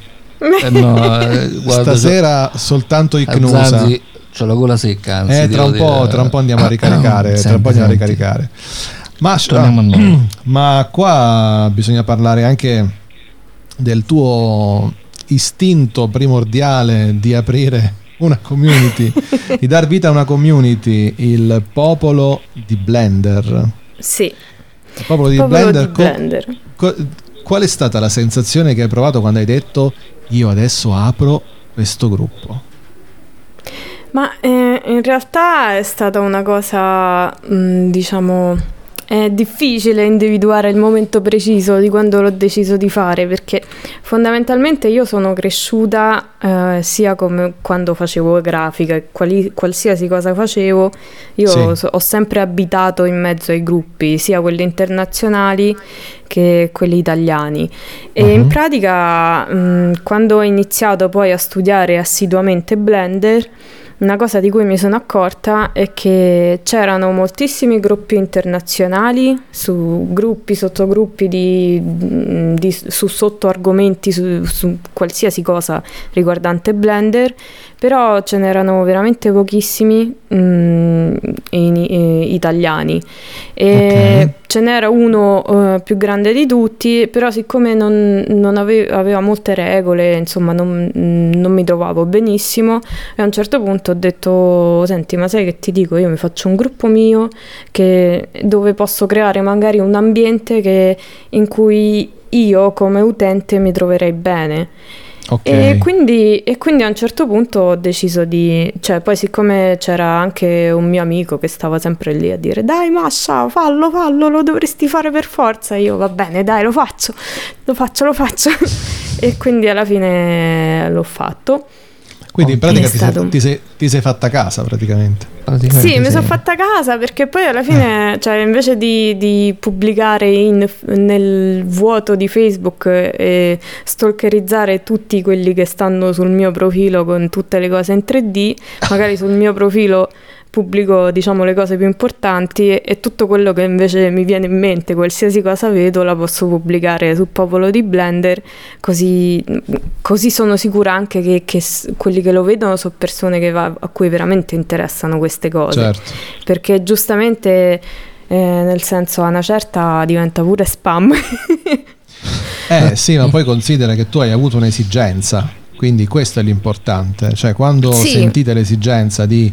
Stasera soltanto Icnusa. Zanzi c'ho la gola secca, anzi, tra un po' andiamo a ricaricare. Ma qua bisogna parlare anche del tuo istinto primordiale di aprire una community, di dar vita a una community, il popolo di Blender. Sì. Il popolo di Blender. Qual è stata la sensazione che hai provato quando hai detto io adesso apro questo gruppo? Ma in realtà è stata una cosa, diciamo, è difficile individuare il momento preciso di quando l'ho deciso di fare, perché fondamentalmente io sono cresciuta sia come quando facevo grafica, qualsiasi cosa facevo, io ho sempre abitato in mezzo ai gruppi, sia quelli internazionali che quelli italiani, e in pratica quando ho iniziato poi a studiare assiduamente Blender, una cosa di cui mi sono accorta è che c'erano moltissimi gruppi internazionali su gruppi, sottogruppi su sottoargomenti su qualsiasi cosa riguardante Blender, però ce n'erano veramente pochissimi italiani, e ce n'era uno più grande di tutti, però siccome non aveva molte regole, insomma non mi trovavo benissimo, e a un certo punto ho detto: senti, ma sai che ti dico, io mi faccio un gruppo mio dove posso creare magari un ambiente in cui io come utente mi troverei bene. Okay. E quindi a un certo punto ho deciso cioè poi siccome c'era anche un mio amico che stava sempre lì a dire: dai Masha, fallo, lo dovresti fare per forza, io va bene, dai, lo faccio e quindi alla fine l'ho fatto. Quindi in pratica ti sei fatta casa praticamente. Sì, mi sono fatta casa, perché poi alla fine, cioè, invece di pubblicare nel vuoto di Facebook e stalkerizzare tutti quelli che stanno sul mio profilo con tutte le cose in 3D, magari sul mio profilo pubblico, diciamo, le cose più importanti, e tutto quello che invece mi viene in mente, qualsiasi cosa vedo, la posso pubblicare sul popolo di Blender, così sono sicura anche che quelli che lo vedono sono persone a cui veramente interessano queste cose. Certo. Perché giustamente nel senso, a una certa diventa pure spam. Sì, ma poi considera che tu hai avuto un'esigenza, quindi questo è l'importante, cioè quando sentite l'esigenza di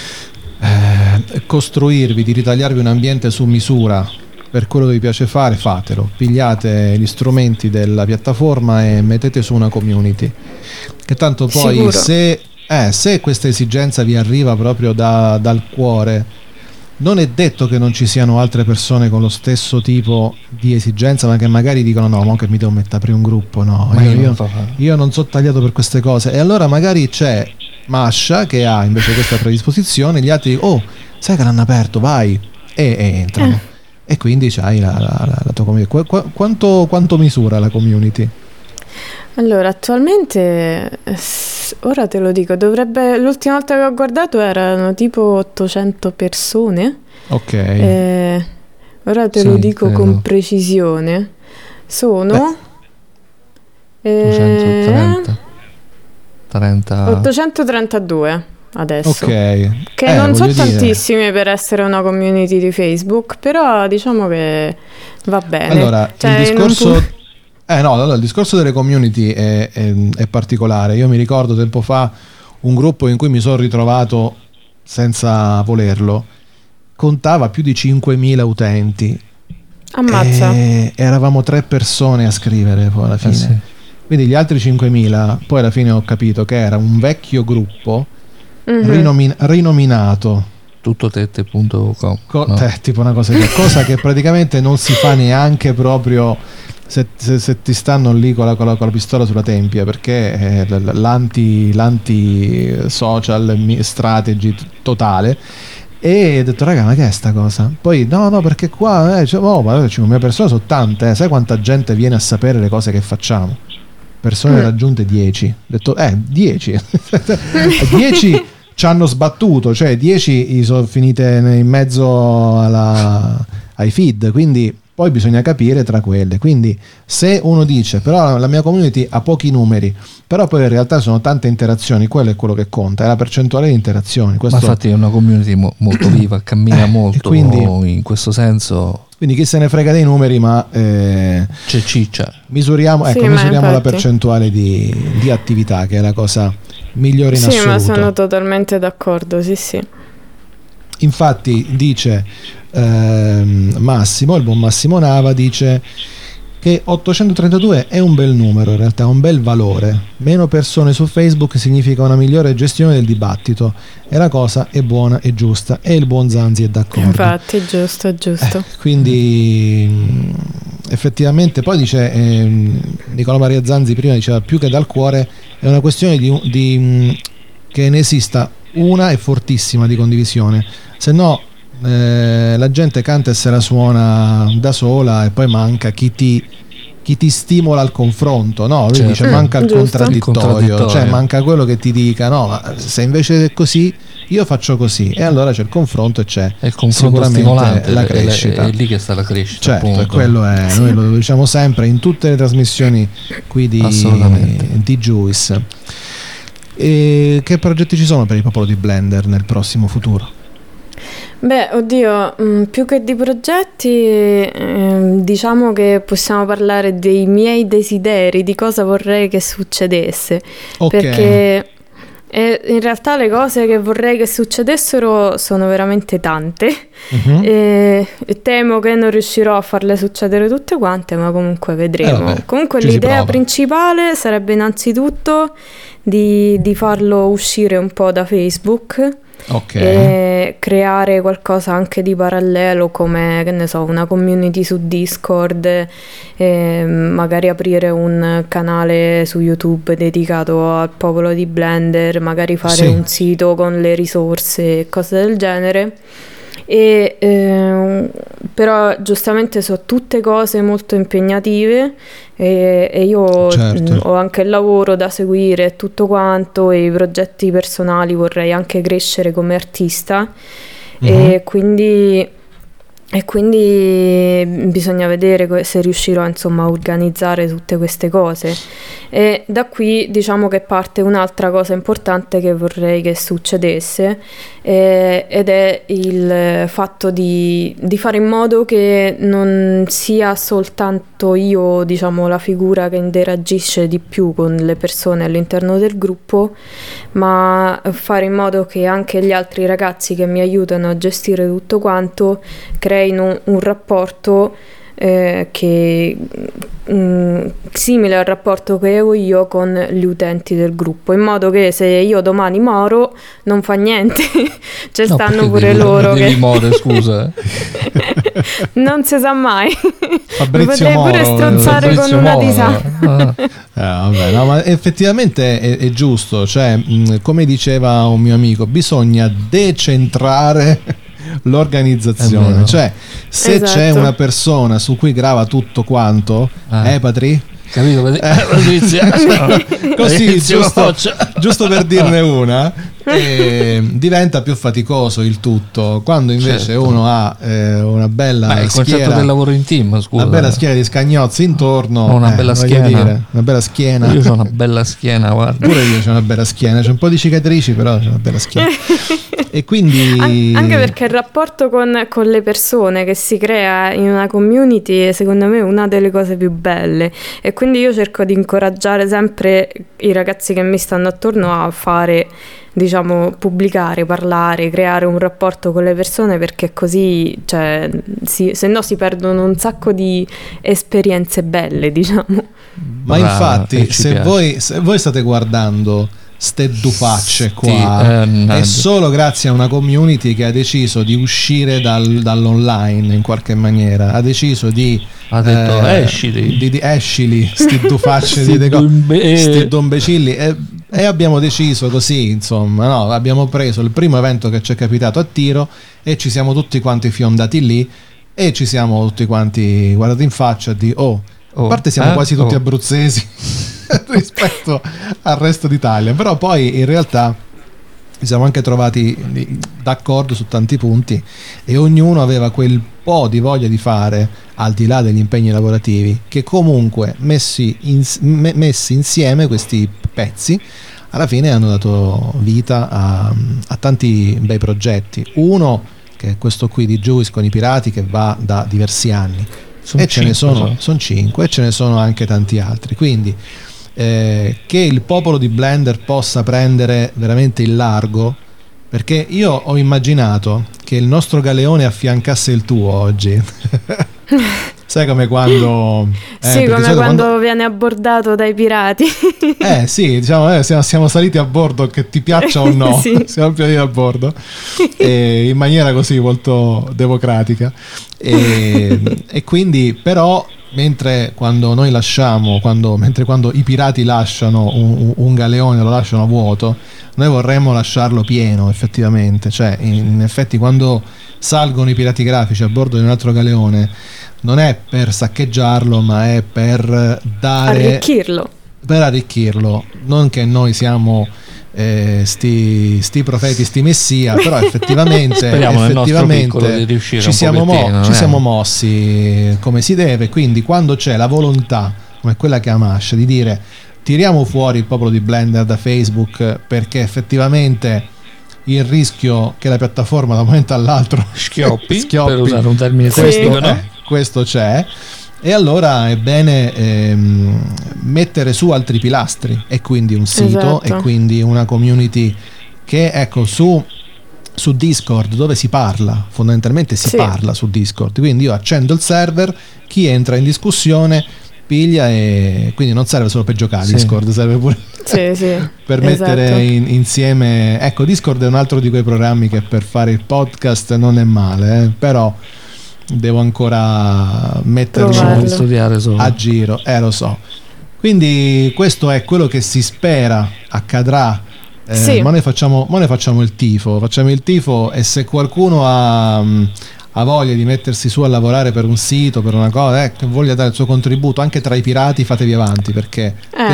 costruirvi, di ritagliarvi un ambiente su misura per quello che vi piace fare, fatelo, pigliate gli strumenti della piattaforma e mettete su una community, che tanto poi se questa esigenza vi arriva proprio dal cuore, non è detto che non ci siano altre persone con lo stesso tipo di esigenza, ma che magari dicono: no, ma che mi devo mettere a aprire un gruppo, no, io non so tagliato per queste cose, e allora magari c'è Masha che ha invece questa predisposizione, gli altri sai che l'hanno aperto, vai, e entrano, e quindi c'hai la tua community. Quanto misura la community? Allora, attualmente, ora te lo dico, l'ultima volta che ho guardato erano tipo 800 persone. Ok. Ora te lo dico, credo, con precisione. Sono 832 adesso. Ok. Che non so tantissime per essere una community di Facebook, però diciamo che va bene. Allora, il discorso... il discorso delle community è particolare. Io mi ricordo tempo fa un gruppo in cui mi sono ritrovato senza volerlo, contava più di 5.000 utenti. Ammazza. E eravamo 3 persone a scrivere poi alla fine. Sì. Quindi gli altri 5.000, poi alla fine ho capito che era un vecchio gruppo rinominato tuttotette.com, tipo una cosa che praticamente non si fa neanche proprio se ti stanno lì con la pistola sulla tempia, perché l'anti social strategy totale. E ho detto: raga, ma che è sta cosa? Poi no, perché qua ma 5.000 persone sono tante, sai quanta gente viene a sapere le cose che facciamo? Persone raggiunte 10. Ho detto 10 10 ci hanno sbattuto, cioè 10 sono finite in mezzo ai feed, quindi poi bisogna capire tra quelle. Quindi se uno dice però la mia community ha pochi numeri, però poi in realtà sono tante interazioni, quello è quello che conta, è la percentuale di interazioni. Questo... Ma infatti è una community molto viva, cammina molto, quindi, in questo senso. Quindi chi se ne frega dei numeri, ma c'è ciccia. Misuriamo la percentuale di attività, che è la cosa migliore in assoluto. Sì, ma sono totalmente d'accordo, sì. Infatti dice Massimo, il buon Massimo Nava, dice che 832 è un bel numero, in realtà è un bel valore. Meno persone su Facebook significa una migliore gestione del dibattito, e la cosa è buona e giusta, e il buon Zanzi è d'accordo. Infatti, giusto. Quindi effettivamente poi dice Nicola Maria Zanzi prima diceva più che dal cuore è una questione di che ne esista una e fortissima di condivisione, se no la gente canta e se la suona da sola e poi manca chi ti stimola al confronto, no? Lui dice manca il contraddittorio, cioè manca quello che ti dica no, ma se invece è così io faccio così, e allora c'è il confronto e c'è il confronto stimolante, la crescita, è lì che sta la crescita, certo, appunto. E quello è, noi lo diciamo sempre in tutte le trasmissioni qui di Juice. E che progetti ci sono per il popolo di Blender nel prossimo futuro? Beh, oddio, più che di progetti, diciamo che possiamo parlare dei miei desideri, di cosa vorrei che succedesse, perché in realtà le cose che vorrei che succedessero sono veramente tante, e temo che non riuscirò a farle succedere tutte quante, ma comunque vedremo. Comunque l'idea principale sarebbe innanzitutto di farlo uscire un po' da Facebook, e creare qualcosa anche di parallelo, come, che ne so, una community su Discord, magari aprire un canale su YouTube dedicato al popolo di Blender, magari fare un sito con le risorse e cose del genere. Però giustamente sono tutte cose molto impegnative, e io ho anche il lavoro da seguire e tutto quanto, e i progetti personali, vorrei anche crescere come artista, e quindi bisogna vedere se riuscirò insomma a organizzare tutte queste cose, e da qui diciamo che parte un'altra cosa importante che vorrei che succedesse, ed è il fatto di fare in modo che non sia soltanto io, diciamo, la figura che interagisce di più con le persone all'interno del gruppo, ma fare in modo che anche gli altri ragazzi che mi aiutano a gestire tutto quanto creino un rapporto che simile al rapporto che ho io con gli utenti del gruppo, in modo che se io domani moro non fa niente, stanno pure loro che more, scusa. Non si sa mai, Fabrizio potrei pure strozzare con una disata. Vabbè, no, ma effettivamente è giusto, cioè come diceva un mio amico, bisogna decentrare l'organizzazione, cioè se c'è una persona su cui grava tutto quanto, Patri? Capito? Così giusto per dirne una, diventa più faticoso il tutto, quando invece uno ha una bella il concetto schiera, del lavoro in team, scusa, una bella schiera di scagnozzi intorno, una bella schiena, una bella schiena. Io ho una bella schiena, guarda. Pure io ho una bella schiena, c'è un po' di cicatrici, però c'è una bella schiena. E quindi anche perché il rapporto con le persone che si crea in una community è, secondo me, una delle cose più belle, e quindi io cerco di incoraggiare sempre i ragazzi che mi stanno attorno a fare, diciamo, pubblicare, parlare, creare un rapporto con le persone, perché così, cioè, se no si perdono un sacco di esperienze belle, diciamo. Ma infatti se voi state guardando ste dupacce qua, è solo grazie a una community che ha deciso di uscire dall'online in qualche maniera, ha deciso di escili sti dupacce sti dombecilli, e abbiamo deciso così, insomma, no, abbiamo preso il primo evento che ci è capitato a Tiro e ci siamo tutti quanti fiondati lì e ci siamo tutti quanti guardati in faccia di a parte siamo quasi tutti abruzzesi rispetto al resto d'Italia, però poi in realtà ci siamo anche trovati d'accordo su tanti punti e ognuno aveva quel po' di voglia di fare al di là degli impegni lavorativi, che comunque messi insieme questi pezzi alla fine hanno dato vita a tanti bei progetti. Uno che è questo qui di Juice con i pirati, che va da diversi anni, ce ne sono 5 e ce ne sono anche tanti altri, quindi che il popolo di Blender possa prendere veramente il largo, perché io ho immaginato che il nostro galeone affiancasse il tuo oggi. Sai come quando quando viene abbordato dai pirati. Sì, diciamo, siamo saliti a bordo, che ti piaccia o no. Sì. Siamo saliti a bordo in maniera così molto democratica e quindi però mentre quando i pirati lasciano un galeone, lo lasciano vuoto, noi vorremmo lasciarlo pieno, effettivamente. Cioè in effetti quando salgono i pirati grafici a bordo di un altro galeone non è per saccheggiarlo, ma è per arricchirlo. Non che noi siamo sti profeti, sti messia, però effettivamente ci siamo mossi come si deve. Quindi quando c'è la volontà come quella che ha Masha di dire tiriamo fuori il popolo di Blender da Facebook, perché effettivamente il rischio che la piattaforma da un momento all'altro schioppi per usare un termine tecnico, questo c'è, e allora è bene mettere su altri pilastri, e quindi un sito, e quindi una community che, ecco, su Discord, dove si parla, fondamentalmente parla su Discord, quindi io accendo il server, chi entra in discussione piglia, e quindi non serve solo per giocare, Discord serve pure per mettere insieme. Ecco, Discord è un altro di quei programmi che per fare il podcast non è male, però devo ancora metterlo studiare solo a giro, lo so. Quindi questo è quello che si spera accadrà, ma noi facciamo il tifo, e se qualcuno ha voglia di mettersi su a lavorare per un sito, per una cosa, che voglia dare il suo contributo anche tra i pirati, fatevi avanti, perché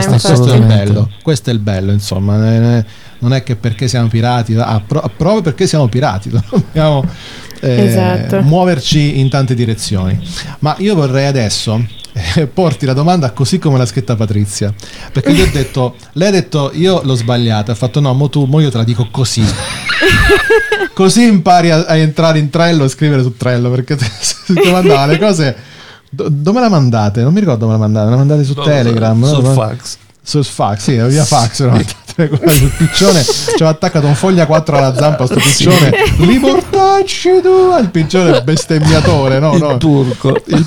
questo è il bello, insomma. Non è che perché siamo pirati, proprio perché siamo pirati dobbiamo muoverci in tante direzioni. Ma io vorrei adesso porti la domanda così come l'ha scritta Patrizia, perché lei ha detto io l'ho sbagliata, ha fatto no, mo io te la dico così. Così impari a entrare in Trello e scrivere su Trello, perché se ti mandava le cose dove la mandate? Non mi ricordo dove la mandate su Telegram, sul fax, sì, via fax sul piccione, c'era attaccato un foglia 4 alla zampa sto piccione, li portacci tu, il piccione bestemmiatore, il turco, il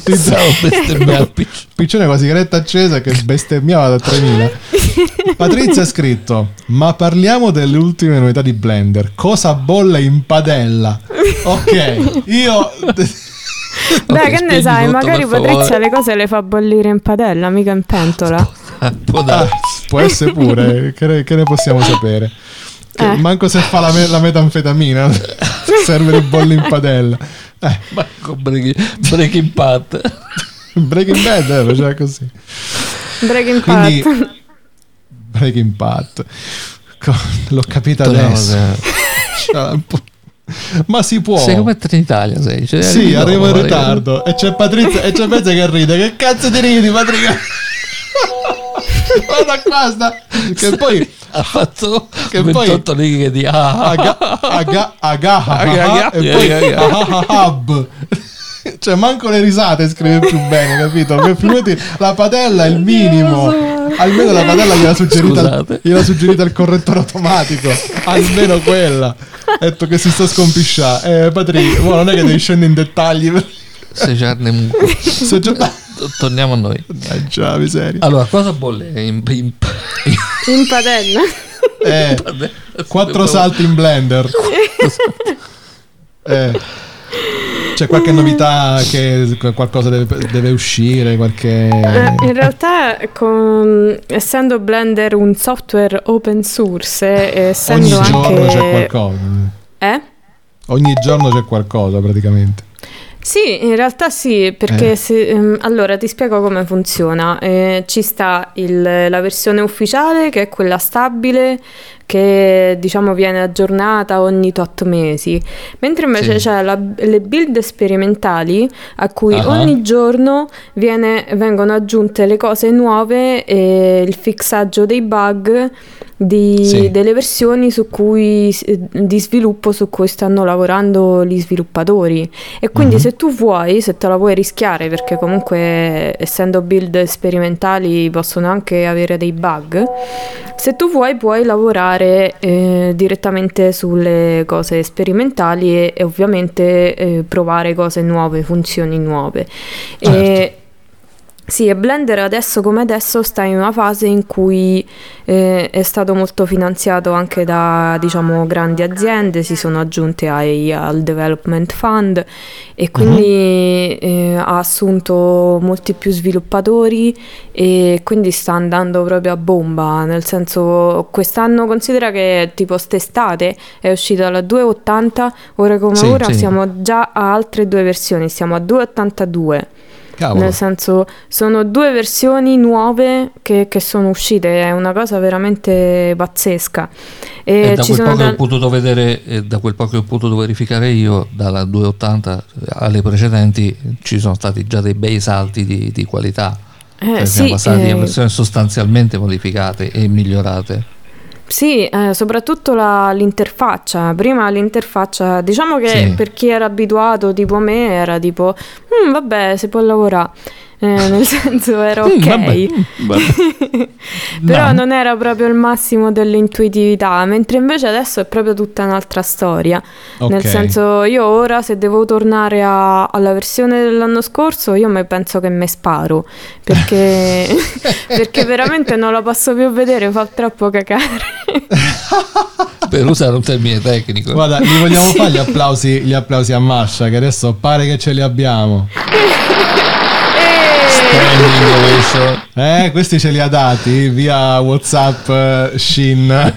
piccione con la sigaretta accesa che bestemmiava da 3000. Patrizia ha scritto: ma parliamo delle ultime novità di Blender, cosa bolle in padella? Ok, io beh, che ne sai, magari Patrizia le cose le fa bollire in padella, mica in pentola. Può essere pure, che ne possiamo sapere? Manco se fa la metanfetamina serve le bolle in padella. Manco Breaking Bad faceva così. Breaking Bad l'ho capita adesso. Ma si può. Sei come Trenitalia, sei. Sì, arrivo in ritardo e c'è Patrizia che ride. Che cazzo ti ridi, Patrizia? Guarda qua, che poi ha fatto 28 righe di e poi cioè manco le risate scrive più bene, capito? Figurati, la padella è il minimo, almeno la padella gliela suggerita il correttore automatico, almeno quella. Detto che si sta scompisciando, Patrizia, non è che devi scendere in dettagli torniamo a noi. Già, miseria. Allora, cosa bolle in padella? 4 salti in Blender. C'è qualche novità, che qualcosa deve uscire, in realtà essendo Blender un software open source, essendo ogni giorno c'è qualcosa. Ogni giorno c'è qualcosa praticamente. Sì, in realtà sì, perché allora ti spiego come funziona. Ci sta la versione ufficiale, che è quella stabile, che diciamo viene aggiornata ogni tot mesi, mentre invece c'è le build sperimentali a cui ogni giorno vengono aggiunte le cose nuove e il fixaggio dei bug delle versioni di sviluppo su cui stanno lavorando gli sviluppatori, e quindi se te la vuoi rischiare, perché comunque essendo build sperimentali possono anche avere dei bug, se tu puoi lavorare direttamente sulle cose sperimentali e ovviamente provare cose nuove, funzioni nuove. Sì, e Blender adesso come adesso sta in una fase in cui è stato molto finanziato anche da, diciamo, grandi aziende, si sono aggiunte al Development Fund, e quindi ha assunto molti più sviluppatori, e quindi sta andando proprio a bomba, nel senso, quest'anno considera che tipo st'estate è uscita la 2.80, ora come ora siamo già a altre 2 versioni, siamo a 2.82. Cavolo. Nel senso, sono 2 versioni nuove che sono uscite, è una cosa veramente pazzesca. E da quel poco che ho potuto vedere, da quel poco che ho potuto verificare io, dalla 2.80 alle precedenti ci sono stati già dei bei salti di qualità. Siamo passati a versioni sostanzialmente modificate e migliorate. Sì, soprattutto l'interfaccia. Prima l'interfaccia, diciamo che per chi era abituato tipo me, era tipo vabbè, si può lavorare, nel senso era ok. Però non era proprio il massimo dell'intuitività, mentre invece adesso è proprio tutta un'altra storia. Nel senso, io ora se devo tornare alla versione dell'anno scorso, io penso che me sparo, perché perché veramente non la posso più vedere, fa troppo cacare. Per usare un termine tecnico. Guarda, gli vogliamo fare gli applausi a Masha, che adesso pare che ce li abbiamo. Questi ce li ha dati via WhatsApp Shin.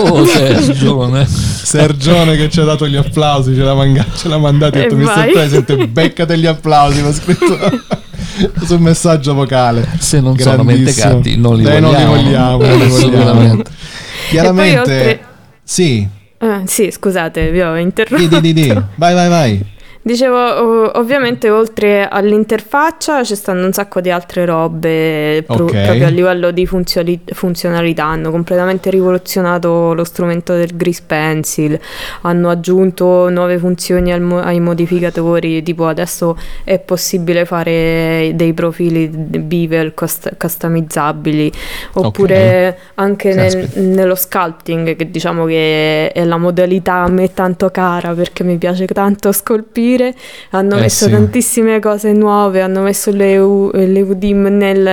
Sergione che ci ha dato gli applausi, ce l'ha mandato e ha detto Mr. President, beccate gli applausi, l'ho scritto sul messaggio vocale. Se non sono mentecatti non li vogliamo. Assolutamente. Chiaramente sì, scusate, vi ho interrotto. Vai. Dicevo, ovviamente oltre all'interfaccia ci stanno un sacco di altre robe proprio a livello di funzionalità. Hanno completamente rivoluzionato lo strumento del Grease Pencil, hanno aggiunto nuove funzioni ai modificatori, tipo adesso è possibile fare dei profili bevel customizzabili, oppure anche nello sculpting, che diciamo che è la modalità a me tanto cara perché mi piace tanto scolpire. Hanno messo tantissime cose nuove, hanno messo le UDIM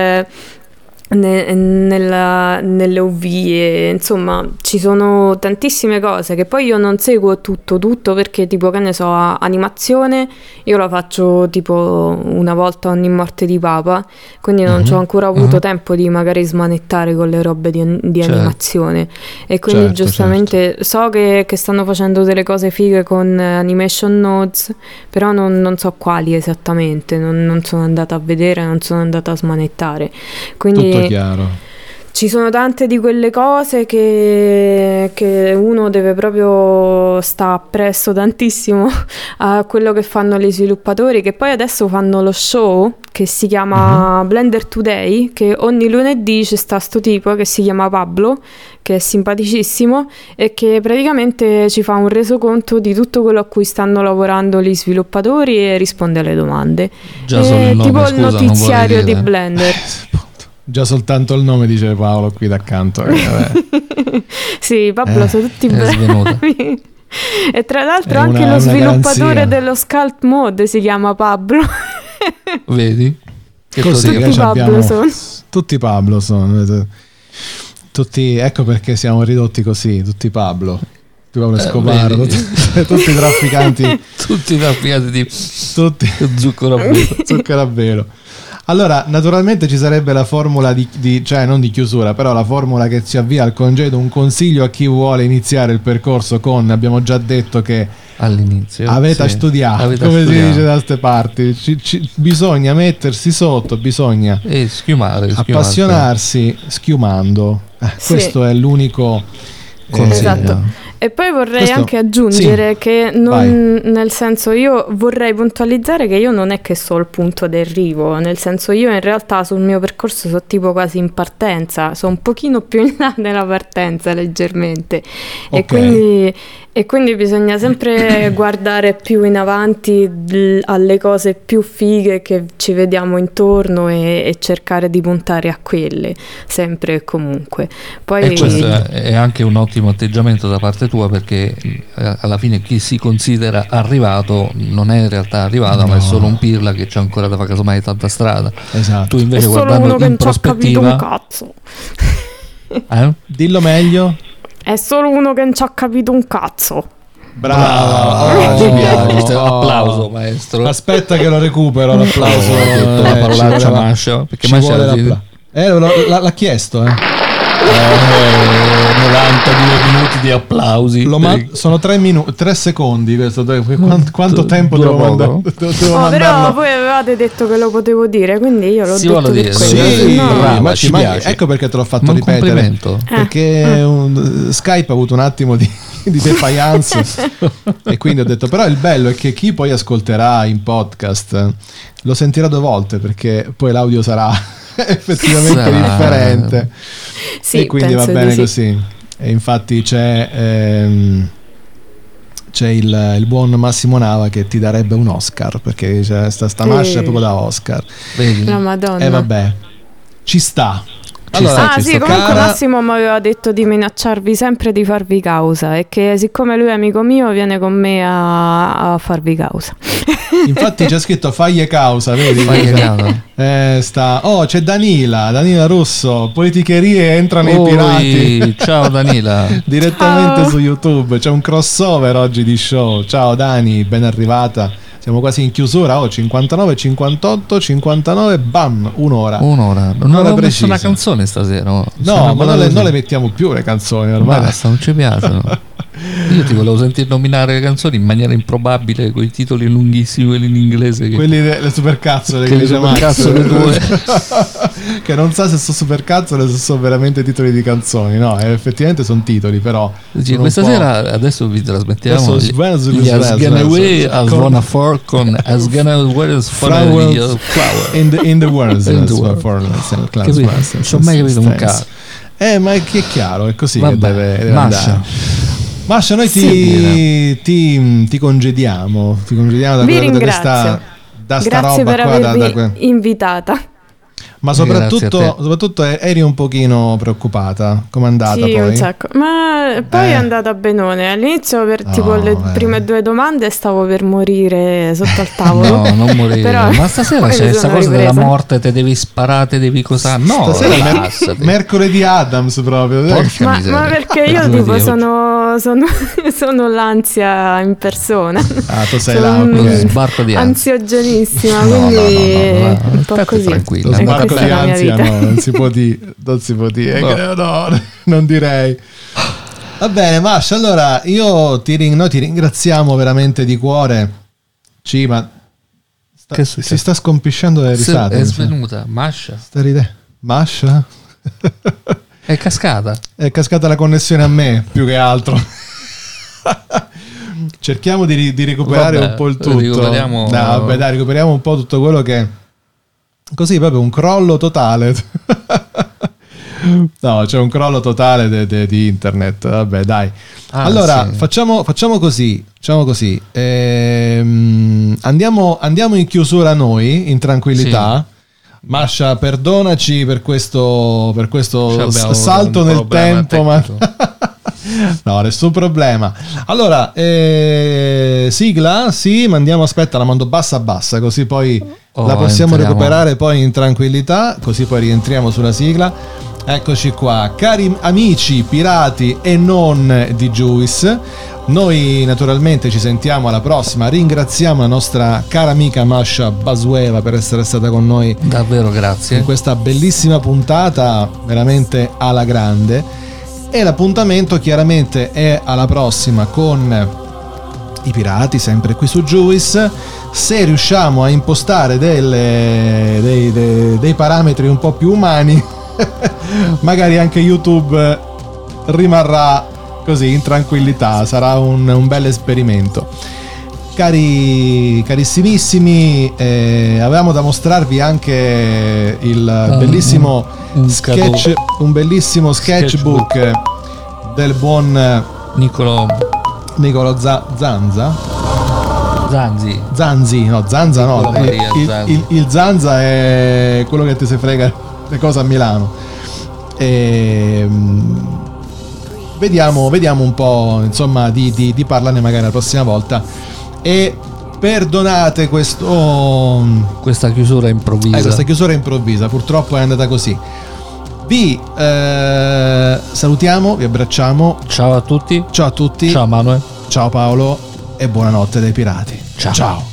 nelle UV, e insomma ci sono tantissime cose che poi io non seguo tutto perché tipo, che ne so, animazione io la faccio tipo una volta ogni morte di papa, quindi non ci ho ancora avuto tempo di magari smanettare con le robe di animazione, e quindi giustamente so che stanno facendo delle cose fighe con animation nodes, però non so quali esattamente, non sono andata a vedere, non sono andata a smanettare, quindi chiaro. Ci sono tante di quelle cose che uno deve proprio stare appresso tantissimo a quello che fanno gli sviluppatori, che poi adesso fanno lo show che si chiama Blender Today, che ogni lunedì c'è sto tipo che si chiama Pablo, che è simpaticissimo e che praticamente ci fa un resoconto di tutto quello a cui stanno lavorando gli sviluppatori e risponde alle domande. Già solo il nome, tipo scusa, il notiziario di Blender. Già soltanto il nome, dice Paolo qui d'accanto. Sì, Pablo sono tutti bravi. E tra l'altro anche lo sviluppatore dello Sculpt Mode si chiama Pablo. Vedi? Che così, tutti Pablo sono. Tutti, ecco perché siamo ridotti così, tutti Pablo. Pablo Escobar, tutti trafficanti. Tutti trafficanti di zucchero a velo. Allora, naturalmente ci sarebbe la formula cioè non di chiusura, però la formula che ci avvia al congedo, un consiglio a chi vuole iniziare il percorso con, abbiamo già detto che all'inizio avete studiato, si dice da queste parti, bisogna mettersi sotto, bisogna schiumare, appassionarsi schiumando. Questo è l'unico Esatto. E poi vorrei anche aggiungere che nel senso, io vorrei puntualizzare che io non è che so il punto d'arrivo, nel senso, io in realtà sul mio percorso sono tipo quasi in partenza, sono un pochino più in là nella partenza leggermente, e quindi bisogna sempre guardare più in avanti alle cose più fighe che ci vediamo intorno e cercare di puntare a quelle sempre e comunque. Poi questo è anche un ottimo atteggiamento da parte tua, perché alla fine chi si considera arrivato non è in realtà arrivato, ma è solo un pirla che c'è ancora da fare casomai tanta strada. Esatto. Tu invece, guardando in prospettiva, cazzo. Dillo meglio. È solo uno che non ci ha capito un cazzo. Bravo. Applauso, maestro. Aspetta che lo recupero l'applauso. La parolaccia Mascia, perché Mascia l'ha chiesto, 92 minuti di applausi. Sono 3 secondi questo. Quanto tempo devo mandare? Però voi avevate detto che lo potevo dire, quindi io l'ho detto dire. Ma ecco perché te l'ho fatto ripetere. Perché Skype ha avuto un attimo di defiance e quindi ho detto, però il bello è che chi poi ascolterà in podcast lo sentirà 2 volte, perché poi l'audio sarà effettivamente differente, e quindi va bene così. E infatti c'è il buon Massimo Nava che ti darebbe un Oscar, perché sta Mascia proprio da Oscar. Vedi? La Madonna. Vabbè, ci sta. Allora, comunque Massimo mi aveva detto di minacciarvi sempre di farvi causa, e che siccome lui è amico mio viene con me a farvi causa. Infatti c'è scritto faglie causa, vedi? C'è Danila Russo, politicherie entrano i pirati. Ciao Danila. Direttamente su YouTube, c'è un crossover oggi di show. Ciao Dani, ben arrivata. Siamo quasi in chiusura, 59, 58, 59, bam, un'ora. Non avevo messo una canzone stasera. No, ma non le mettiamo più le canzoni ormai. Basta, non ci piacciono. Io ti volevo sentire nominare le canzoni in maniera improbabile, con i titoli lunghissimi, quelli in inglese. Quelli le supercazzole che dice Max. Che non sa se sono supercazzole o se sono veramente titoli di canzoni. No, effettivamente sono titoli, però. Questa sera adesso vi trasmettiamo gli As Gonna Away As Wanna For con As Gonna Away Flower in the World. Non ho mai capito un cazzo. Ma è chiaro, è così. Vabbè, che deve andare. Mascia, noi ti congediamo da vi quello ringrazio. Da sta grazie roba per qua, avermi invitata. Ma soprattutto eri un pochino preoccupata. Com'è andata poi? Un sacco. Ma poi è andata benone. All'inizio tipo le prime 2 domande stavo per morire sotto al tavolo. No, non morire. Però ma stasera c'è questa cosa della morte, te devi sparare, devi cos'ha? No, rilassati. Mercoledì Addams proprio. Ma perché io tipo sono l'ansia in persona. Tu sei lo sbarco di ansia. Ansiogenissima, quindi un po' così. Tranquilla. Di ansia, no, non si può dire. No, non direi. Va bene, Mascia, allora noi ti ringraziamo veramente di cuore. Ma si sta scompisciando le risate. È svenuta Mascia. Mascia? È cascata la connessione a me, più che altro. Cerchiamo di recuperare un po' il tutto. Recuperiamo un po' tutto quello che. Così proprio un crollo totale. No, c'è un crollo totale di internet. Vabbè, dai. Allora, facciamo così. Andiamo in chiusura noi, in tranquillità. Mascia, perdonaci per questo salto nel tempo, ma no, nessun problema. Allora, sigla, mandiamo, la mando bassa, così poi la possiamo recuperare poi in tranquillità, così poi rientriamo sulla sigla. Eccoci qua, cari amici pirati e non di Juice. Noi naturalmente ci sentiamo alla prossima. Ringraziamo la nostra cara amica Mascia Basueva per essere stata con noi. Davvero grazie. In questa bellissima puntata, veramente alla grande. E l'appuntamento chiaramente è alla prossima con i pirati, sempre qui su Juice. Se riusciamo a impostare dei parametri un po' più umani, magari anche YouTube rimarrà così in tranquillità, sarà un bel esperimento. Carissimissimi, avevamo da mostrarvi anche il bellissimo un bellissimo sketchbook del buon Niccolò Zanzi, no, Zanza no, il Zanza è quello che ti si frega le cose a Milano. Vediamo un po', insomma, di parlarne magari la prossima volta. E perdonate questa chiusura improvvisa, purtroppo è andata così. Vi salutiamo, vi abbracciamo. Ciao a tutti. Ciao Manuel. Ciao Paolo e buonanotte dai pirati. Ciao.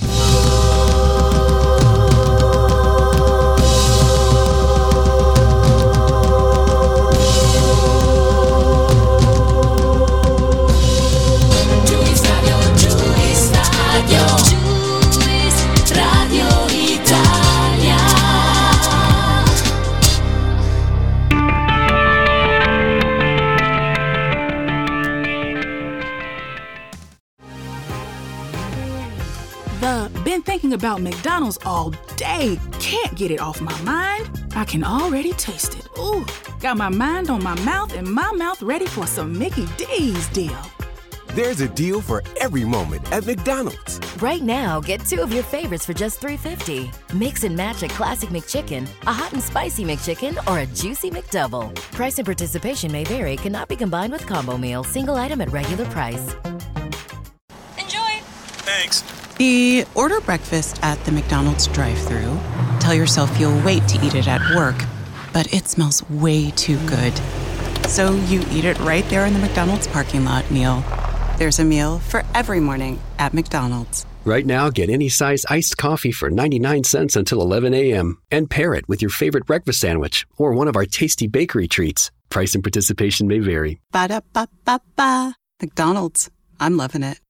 Been thinking about McDonald's all day. Can't get it off my mind. I can already taste it. Ooh, got my mind on my mouth and my mouth ready for some Mickey D's deal. There's a deal for every moment at McDonald's. Right now, get 2 of your favorites for just $3.50. Mix and match a classic McChicken, a hot and spicy McChicken, or a juicy McDouble. Price and participation may vary. Cannot be combined with combo meal. Single item at regular price. Enjoy! Thanks. Order breakfast at the McDonald's drive-thru. Tell yourself you'll wait to eat it at work, but it smells way too good. So you eat it right there in the McDonald's parking lot meal. There's a meal for every morning at McDonald's. Right now, get any size iced coffee for 99 cents until 11 a.m. and pair it with your favorite breakfast sandwich or one of our tasty bakery treats. Price and participation may vary. Ba-da-ba-ba-ba. McDonald's. I'm loving it.